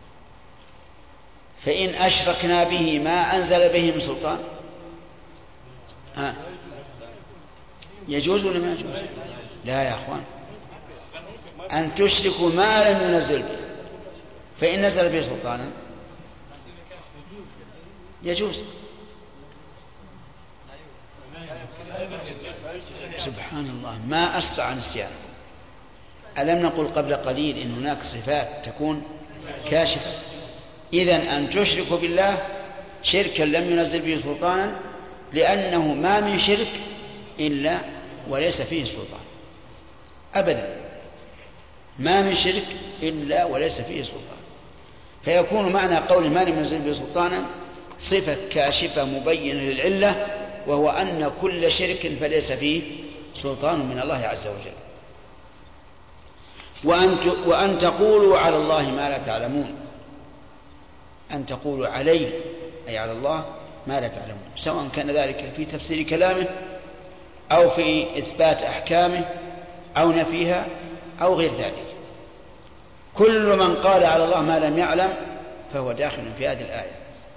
فإن أشركنا به ما أنزل به من سلطان يجوز ولا ما يجوز؟ لا يا أخوان، أن تشركوا ما لم ينزل به، فإن نزل به سلطانا يجوز. سبحان الله، ما أسرع نسيان. ألم نقل قبل قليل إن هناك صفات تكون كاشفة؟ إذن أن تشركوا بالله شركا لم ينزل به سلطانا، لأنه ما من شرك إلا وليس فيه سلطان أبدا، ما من شرك إلا وليس فيه سلطان. فيكون معنى قول ما لم ينزل به سلطانا صفة كاشفة مبينة للعلة، وهو أن كل شرك فليس فيه سلطان من الله عز وجل. وأن تقولوا على الله ما لا تعلمون، أن تقولوا عليه أي على الله ما لا تعلمون، سواء كان ذلك في تفسير كلامه أو في إثبات أحكامه أو نفيها أو غير ذلك. كل من قال على الله ما لم يعلم فهو داخل في هذه الآية.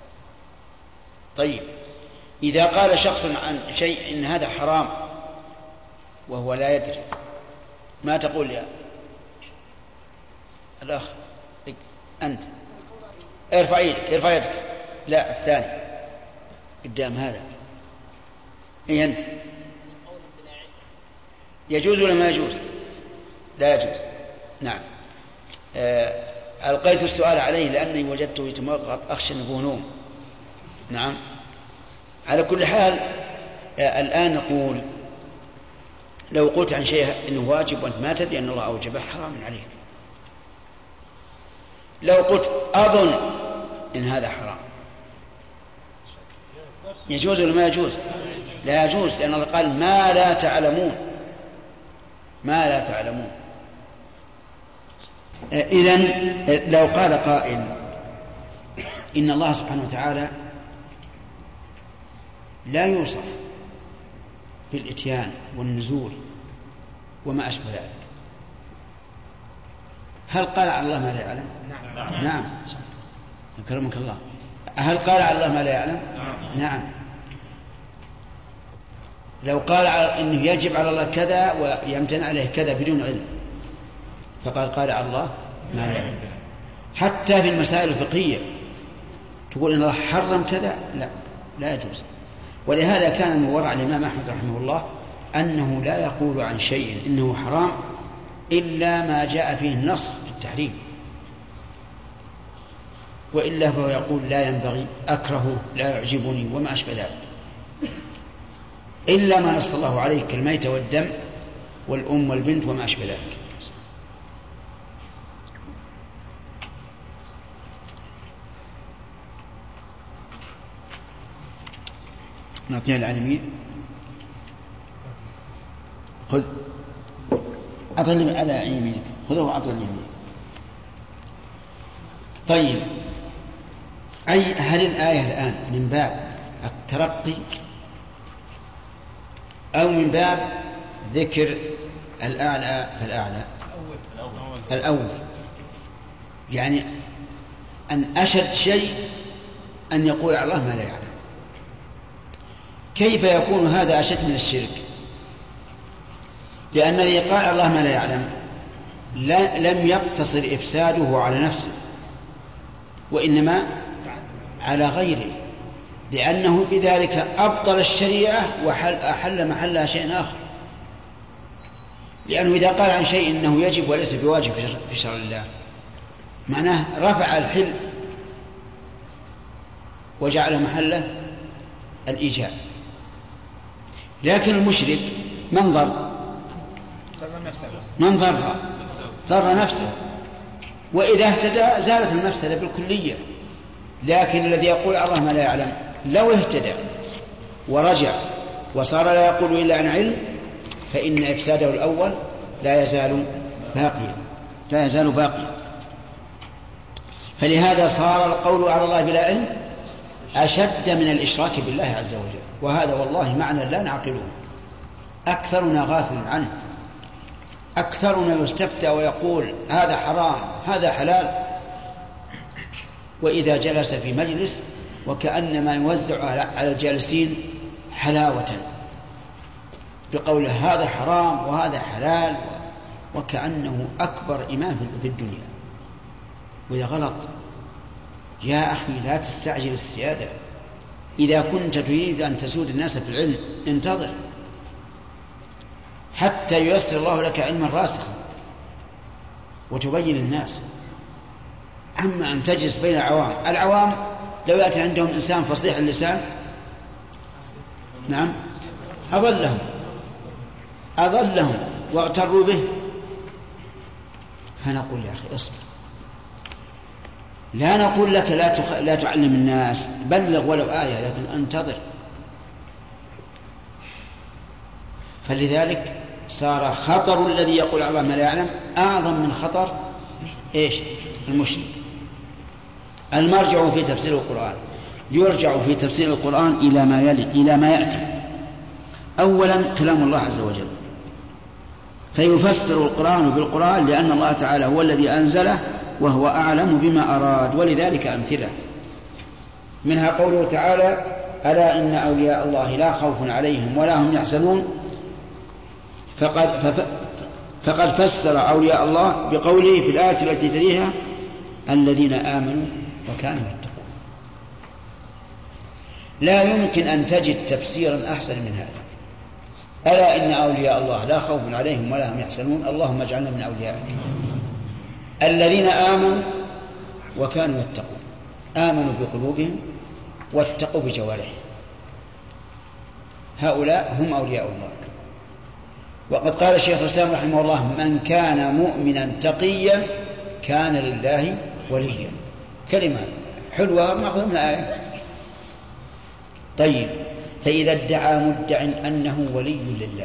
طيب، إذا قال شخص عن شيء إن هذا حرام وهو لا يدري، ما تقول يا الأخ أنت؟ ارفع يدك. لا، الثاني قدام هذا. إيه أنت؟ يجوز ولا ما يجوز؟ لا يجوز. نعم. ألقيت السؤال عليه لأني وجدته يتمغط أخشى أنه نوم. نعم. على كل حال، الآن نقول لو قلت عن شيء إنه واجب وأنت ما تدري أن الله أوجبه حرام عليك. لو قلت أظن إن هذا حرام، يجوز ولا ما يجوز؟ لا يجوز، لأن الله قال ما لا تعلمون، ما لا تعلمون. إذن لو قال قائل إن الله سبحانه وتعالى لا يوصف بالإتيان والنزول وما أشبه ذلك، هل قال على الله ما لا يعلم؟ نعم. أكرمك الله. هل قال على الله ما لا يعلم؟ نعم. لو قال إنه يجب على الله كذا ويمتنع عليه كذا بدون علم، قال على الله ما لا يعلم. حتى في المسائل الفقهية تقول إن الله حرم كذا، لا يجوز. ولهذا كان من ورع الإمام أحمد رحمه الله أنه لا يقول عن شيء إنه حرام إلا ما جاء فيه النص في التحريم، وإلا فهو يقول لا ينبغي، أكره، لا يعجبني وما أشبه ذلك، إلا ما نص الله عليه كالميت والدم والأم والبنت وما أشبه ذلك. نعطيها العالمين. خذ، أطلب على يمينك، خذه وأطلب يمينك. طيب، هل الآية الآن من باب الترقي أو من باب ذكر الأعلى فالأعلى؟ الأول، يعني أن أشد شيء أن يقول على الله ما لا يعلم. كيف يكون هذا أشد من الشرك؟ لأن الذي قال على الله ما لا يعلم لم يقتصر إفساده على نفسه، وإنما على غيره، لأنه بذلك أبطل الشريعة وأحل محلها شيء آخر. لأنه إذا قال عن شيء إنه يجب وليس بواجب في شرع الله، معناه رفع الحل وجعل محله الإيجاب. لكن المشرك من ضر نفسه، وإذا اهتدى زالت المفسدة بالكلية. لكن الذي يقول الله ما لا يعلم لو اهتدى ورجع وصار لا يقول إلا عن علم، فإن إفساده الأول لا يزال باقيا. فلهذا صار القول على الله بلا علم أشد من الإشراك بالله عز وجل، وهذا والله معنى لا نعقله. أكثرنا غافل عنه، أكثرنا يستفتى ويقول هذا حرام هذا حلال، وإذا جلس في مجلس وكأنما يوزع على الجالسين حلاوة. بقوله هذا حرام وهذا حلال، وكأنه أكبر إمام في الدنيا. وهذا غلط. يا أخي لا تستعجل السيادة. إذا كنت تريد أن تسود الناس في العلم انتظر حتى ييسر الله لك علما راسخا وتبين الناس. أما أن تجلس بين العوام لو يأتي عندهم إنسان فصيح اللسان نعم أضلهم واغتروا به. فنقول يا أخي اصبر، لا نقول لك لا تعلم الناس، بلغ ولو آية، لكن انتظر. فلذلك صار خطر الذي يقول الله ما لا يعلم أعظم من خطر المشرك. المرجع في تفسير القرآن يرجع في تفسير القرآن إلى ما يأتي. أولا كلام الله عز وجل، فيفسر القرآن بالقرآن لأن الله تعالى هو الذي أنزله وهو أعلم بما أراد. ولذلك أمثلة منها قوله تعالى ألا إن أولياء الله لا خوف عليهم ولا هم يحزنون، فقد فسر أولياء الله بقوله في الآية التي تليها الذين آمنوا وكانوا يتقون. لا يمكن أن تجد تفسيرا أحسن من هذا. ألا إن أولياء الله لا خوف عليهم ولا هم يحزنون، اللهم اجعلنا من أوليائك. الذين آمنوا وكانوا يتقون، آمنوا بقلوبهم واتقوا بجوارحهم، هؤلاء هم أولياء الله. وقد قال الشيخ الإسلام رحمه الله من كان مؤمنا تقيا كان لله وليا. كلمة حلوة مأخذ من آية. طيب، فإذا ادعى مدع أنه ولي لله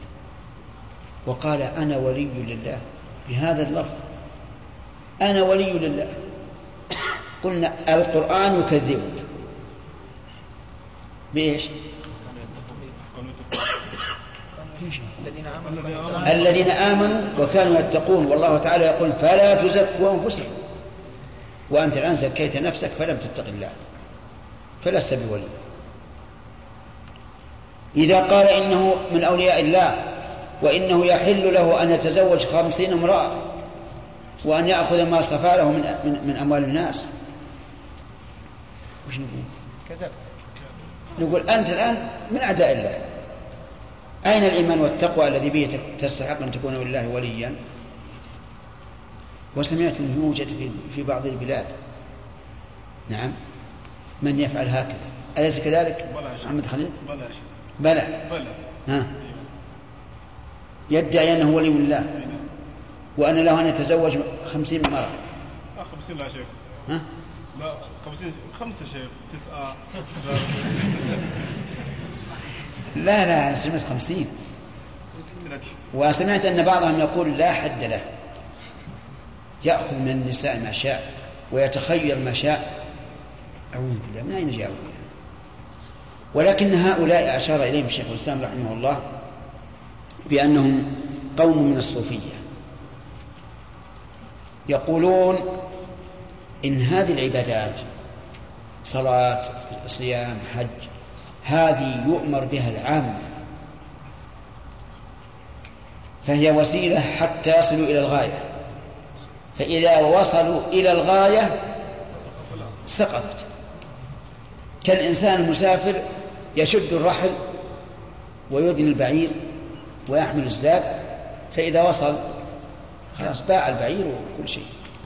وقال أنا ولي لله بهذا اللفظ أنا ولي لله، قلنا القرآن يكذبك بإيش؟ الذين آمنوا وكانوا يتقون، والله تعالى يقول فلا تزكوا أنفسكم وأنت الآن زكيت نفسك فلم تتق الله فلست بولي. إذا قال إنه من أولياء الله وإنه يحل له أن يتزوج 50 امرأة وأن يأخذ ما صفى له من أموال الناس، وش نقول؟ كذب. نقول أنت الآن من أعداء الله. أين الإيمان والتقوى الذي به تستحق أن تكون لله وليا؟ وسمعت أنه يوجد في بعض البلاد نعم من يفعل هكذا، أليس كذلك محمد خليل؟ بلى يدعي أنه ولي الله وأن له أن يتزوج 50 مرة. 50 لا شيخ. لا 5 شيخ 9. لا أنا سمعت 50. وسمعت أن بعضهم يقول لا حد له، يأخذ من النساء ما شاء ويتخير ما شاء. أعوذ بالله، من أين جاءوا؟ ولكن هؤلاء أشار إليهم الشيخ الإسلام رحمه الله بأنهم قوم من الصوفية يقولون إن هذه العبادات صلاة صيام حج هذه يؤمر بها العامة، فهي وسيلة حتى يصلوا إلى الغاية، فإذا وصلوا إلى الغاية سقطت. كالإنسان المسافر يشد الرحل ويذن البعير ويحمل الزاد، فإذا وصل خلاص باع البعير وكل شيء.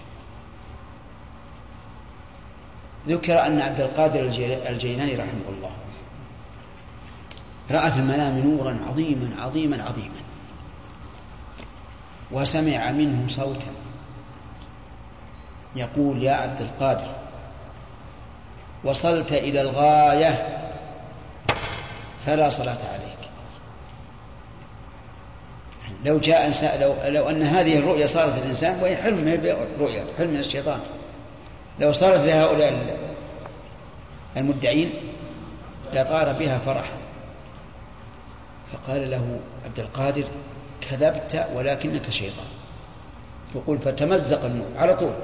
ذكر أن عبد القادر الجيلاني رحمه الله رأى في المنام نورا عظيما عظيما عظيما وسمع منه صوتا يقول يا عبد القادر وصلت إلى الغاية فلا صلاة عليك. لو جاء لو أن هذه الرؤيا صارت الإنسان وهي حلم من رؤيا حلم من الشيطان، لو صارت لهؤلاء المدعين لطار بها فرح. فقال له عبد القادر كذبت ولكنك شيطان. يقول فتمزق النور على طول،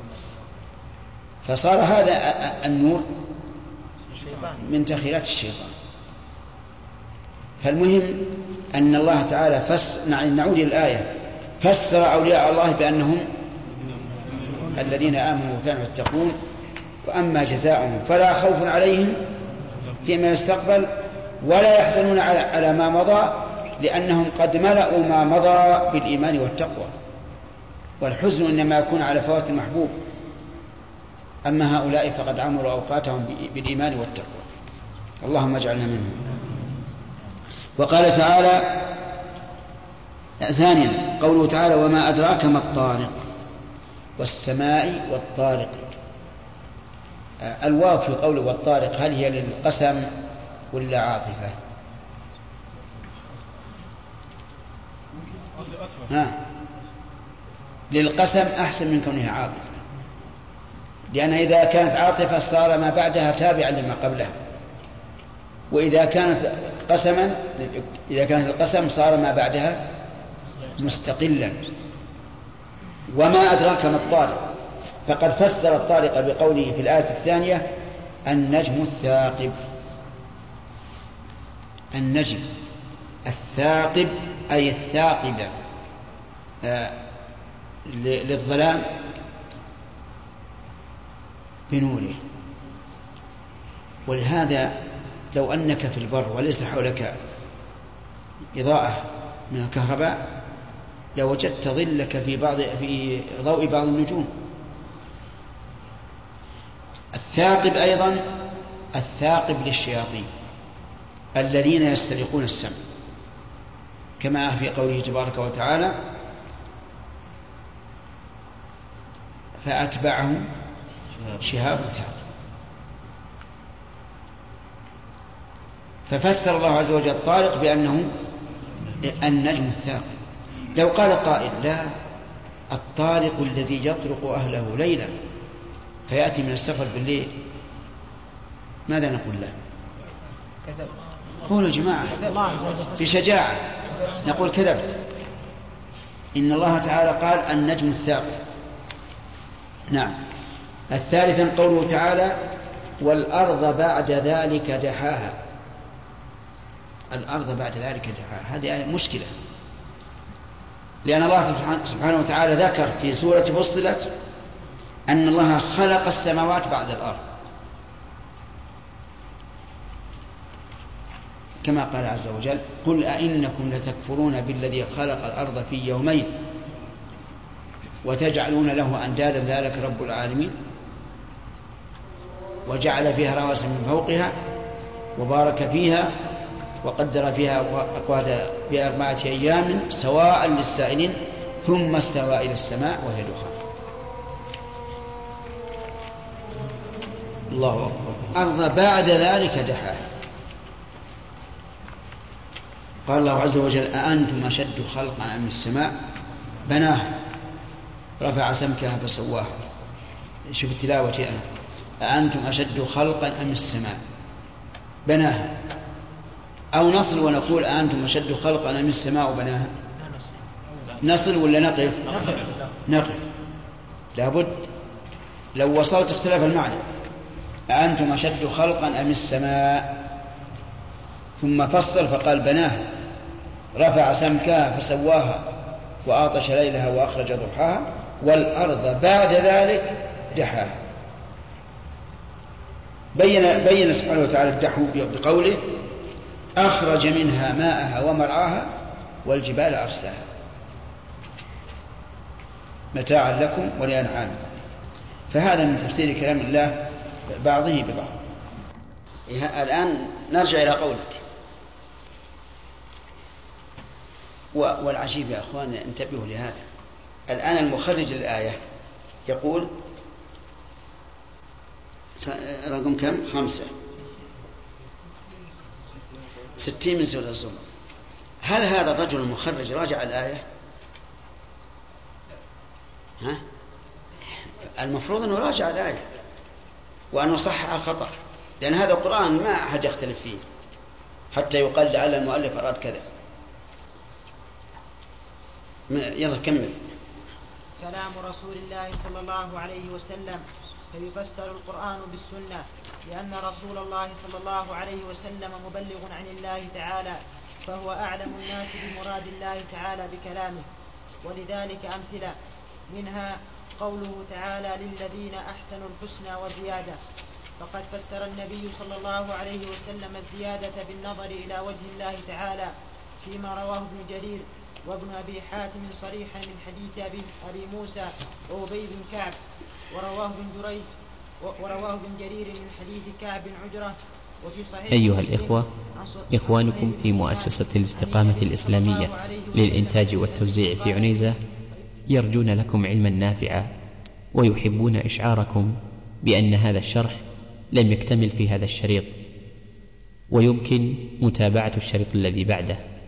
فصار هذا النور من تخيلات الشيطان. فالمهم أن الله تعالى نعود إلى الآية، فسر أولياء الله بأنهم الذين آمنوا وكانوا يتقون، وأما جزاؤهم فلا خوف عليهم فيما يستقبل ولا يحزنون على ما مضى، لأنهم قد ملأوا ما مضى بالإيمان والتقوى، والحزن إنما يكون على فوات المحبوب. أما هؤلاء فقد عمروا أوقاتهم بالإيمان والتقوى، اللهم اجعلنا منهم. وقال تعالى ثانيا قوله تعالى وما أدراك ما الطارق والسماء والطارق. الواو في قوله والطارق هل هي للقسم ولا عاطفة؟ للقسم أحسن من كونها عاطفة، لأن إذا كانت عاطفة صار ما بعدها تابعا لما قبلها، وإذا كانت قسما إذا كانت القسم صار ما بعدها مستقلا. وما أدراك ما الطارق، فقد فسر الطارق بقوله في الآية الثانية النجم الثاقب. النجم الثاقب أي الثاقب للظلام بنوره. ولهذا لو أنك في البر وليس حولك إضاءة من الكهرباء لوجدت ظلك في ضوء بعض النجوم. الثاقب أيضا الثاقب للشياطين الذين يسترقون السمع، كما في قوله تبارك وتعالى فأتبعهم شهاب ثاقب. ففسر الله عز وجل الطارق بأنه النجم الثاقب. لو قال قائل لا، الطارق الذي يطرق أهله ليلا فيأتي من السفر بالليل، ماذا نقول له؟ قولوا جماعة بشجاعة نقول كذبت. إن الله تعالى قال النجم الثاقب. نعم. الثالثا قوله تعالى والأرض بعد ذلك دحاها. الأرض بعد ذلك دحاها هذه مشكلة، لأن الله سبحانه وتعالى ذكر في سورة فصلت أن الله خلق السماوات بعد الأرض، كما قال عز وجل قل أئنكم لتكفرون بالذي خلق الأرض في يومين وتجعلون له أندادا ذلك رب العالمين وجعل فيها رواسي من فوقها وبارك فيها وقدر فيها أقواتها في 4 أيام سواء للسائلين ثم استوى إلى السماء وهي دخان. الله أكبر. أرض بعد ذلك دحاها. قال الله عز وجل أأنتم أشد خلقا أم السماء بناها رفع سمكها فسواها. شوف تلاوتي أنا أأنتم أشد خلقا أم السماء بناها. أو نصل ونقول أأنتم أشد خلقا أم السماء بناها. نصل ولا نقف؟ نقف لابد، لو وصلت اختلاف المعنى. أأنتم أشد خلقا أم السماء، ثم فصل فقال بناها رفع سمكها فسواها وأغطش ليلها وأخرج ضحاها والأرض بعد ذلك دحاها. بين سبحانه وتعالى الدحو بقوله أخرج منها ماءها ومرعاها والجبال أرساها متاعا لكم ولأنعامكم. فهذا من تفسير كلام الله بعضه ببعض. الآن نرجع إلى قولك. والعجيب يا أخوان انتبهوا لهذا. الآن المخرج للآية يقول رقم كم؟ 5 60 من سورة الزمر. هل هذا الرجل المخرج راجع الآية؟ المفروض أنه راجع الآية وأنه صحح الخطأ، لأن هذا القرآن ما أحد يختلف فيه حتى يقال لعل المؤلف أراد كذا. يلا كمل. كلام رسول الله صلى الله عليه وسلم فيفسر القرآن بالسنة، لأن رسول الله صلى الله عليه وسلم مبلغ عن الله تعالى فهو أعلم الناس بمراد الله تعالى بكلامه. ولذلك أمثلة منها قوله تعالى للذين أحسنوا الحسنى وزيادة، فقد فسر النبي صلى الله عليه وسلم الزيادة بالنظر إلى وجه الله تعالى فيما رواه ابن جرير وابن أبي حاتم صريحا من حديث أبي موسى وأبي بن كعب، ورواه ابن جرير من حديث كعب بن عجرة. وفي صحيح أيها الإخوة، إخوانكم في مؤسسة الاستقامة الإسلامية للإنتاج والتوزيع في عنيزة يرجون لكم علما نافعا، ويحبون إشعاركم بأن هذا الشرح لم يكتمل في هذا الشريط، ويمكن متابعة الشريط الذي بعده.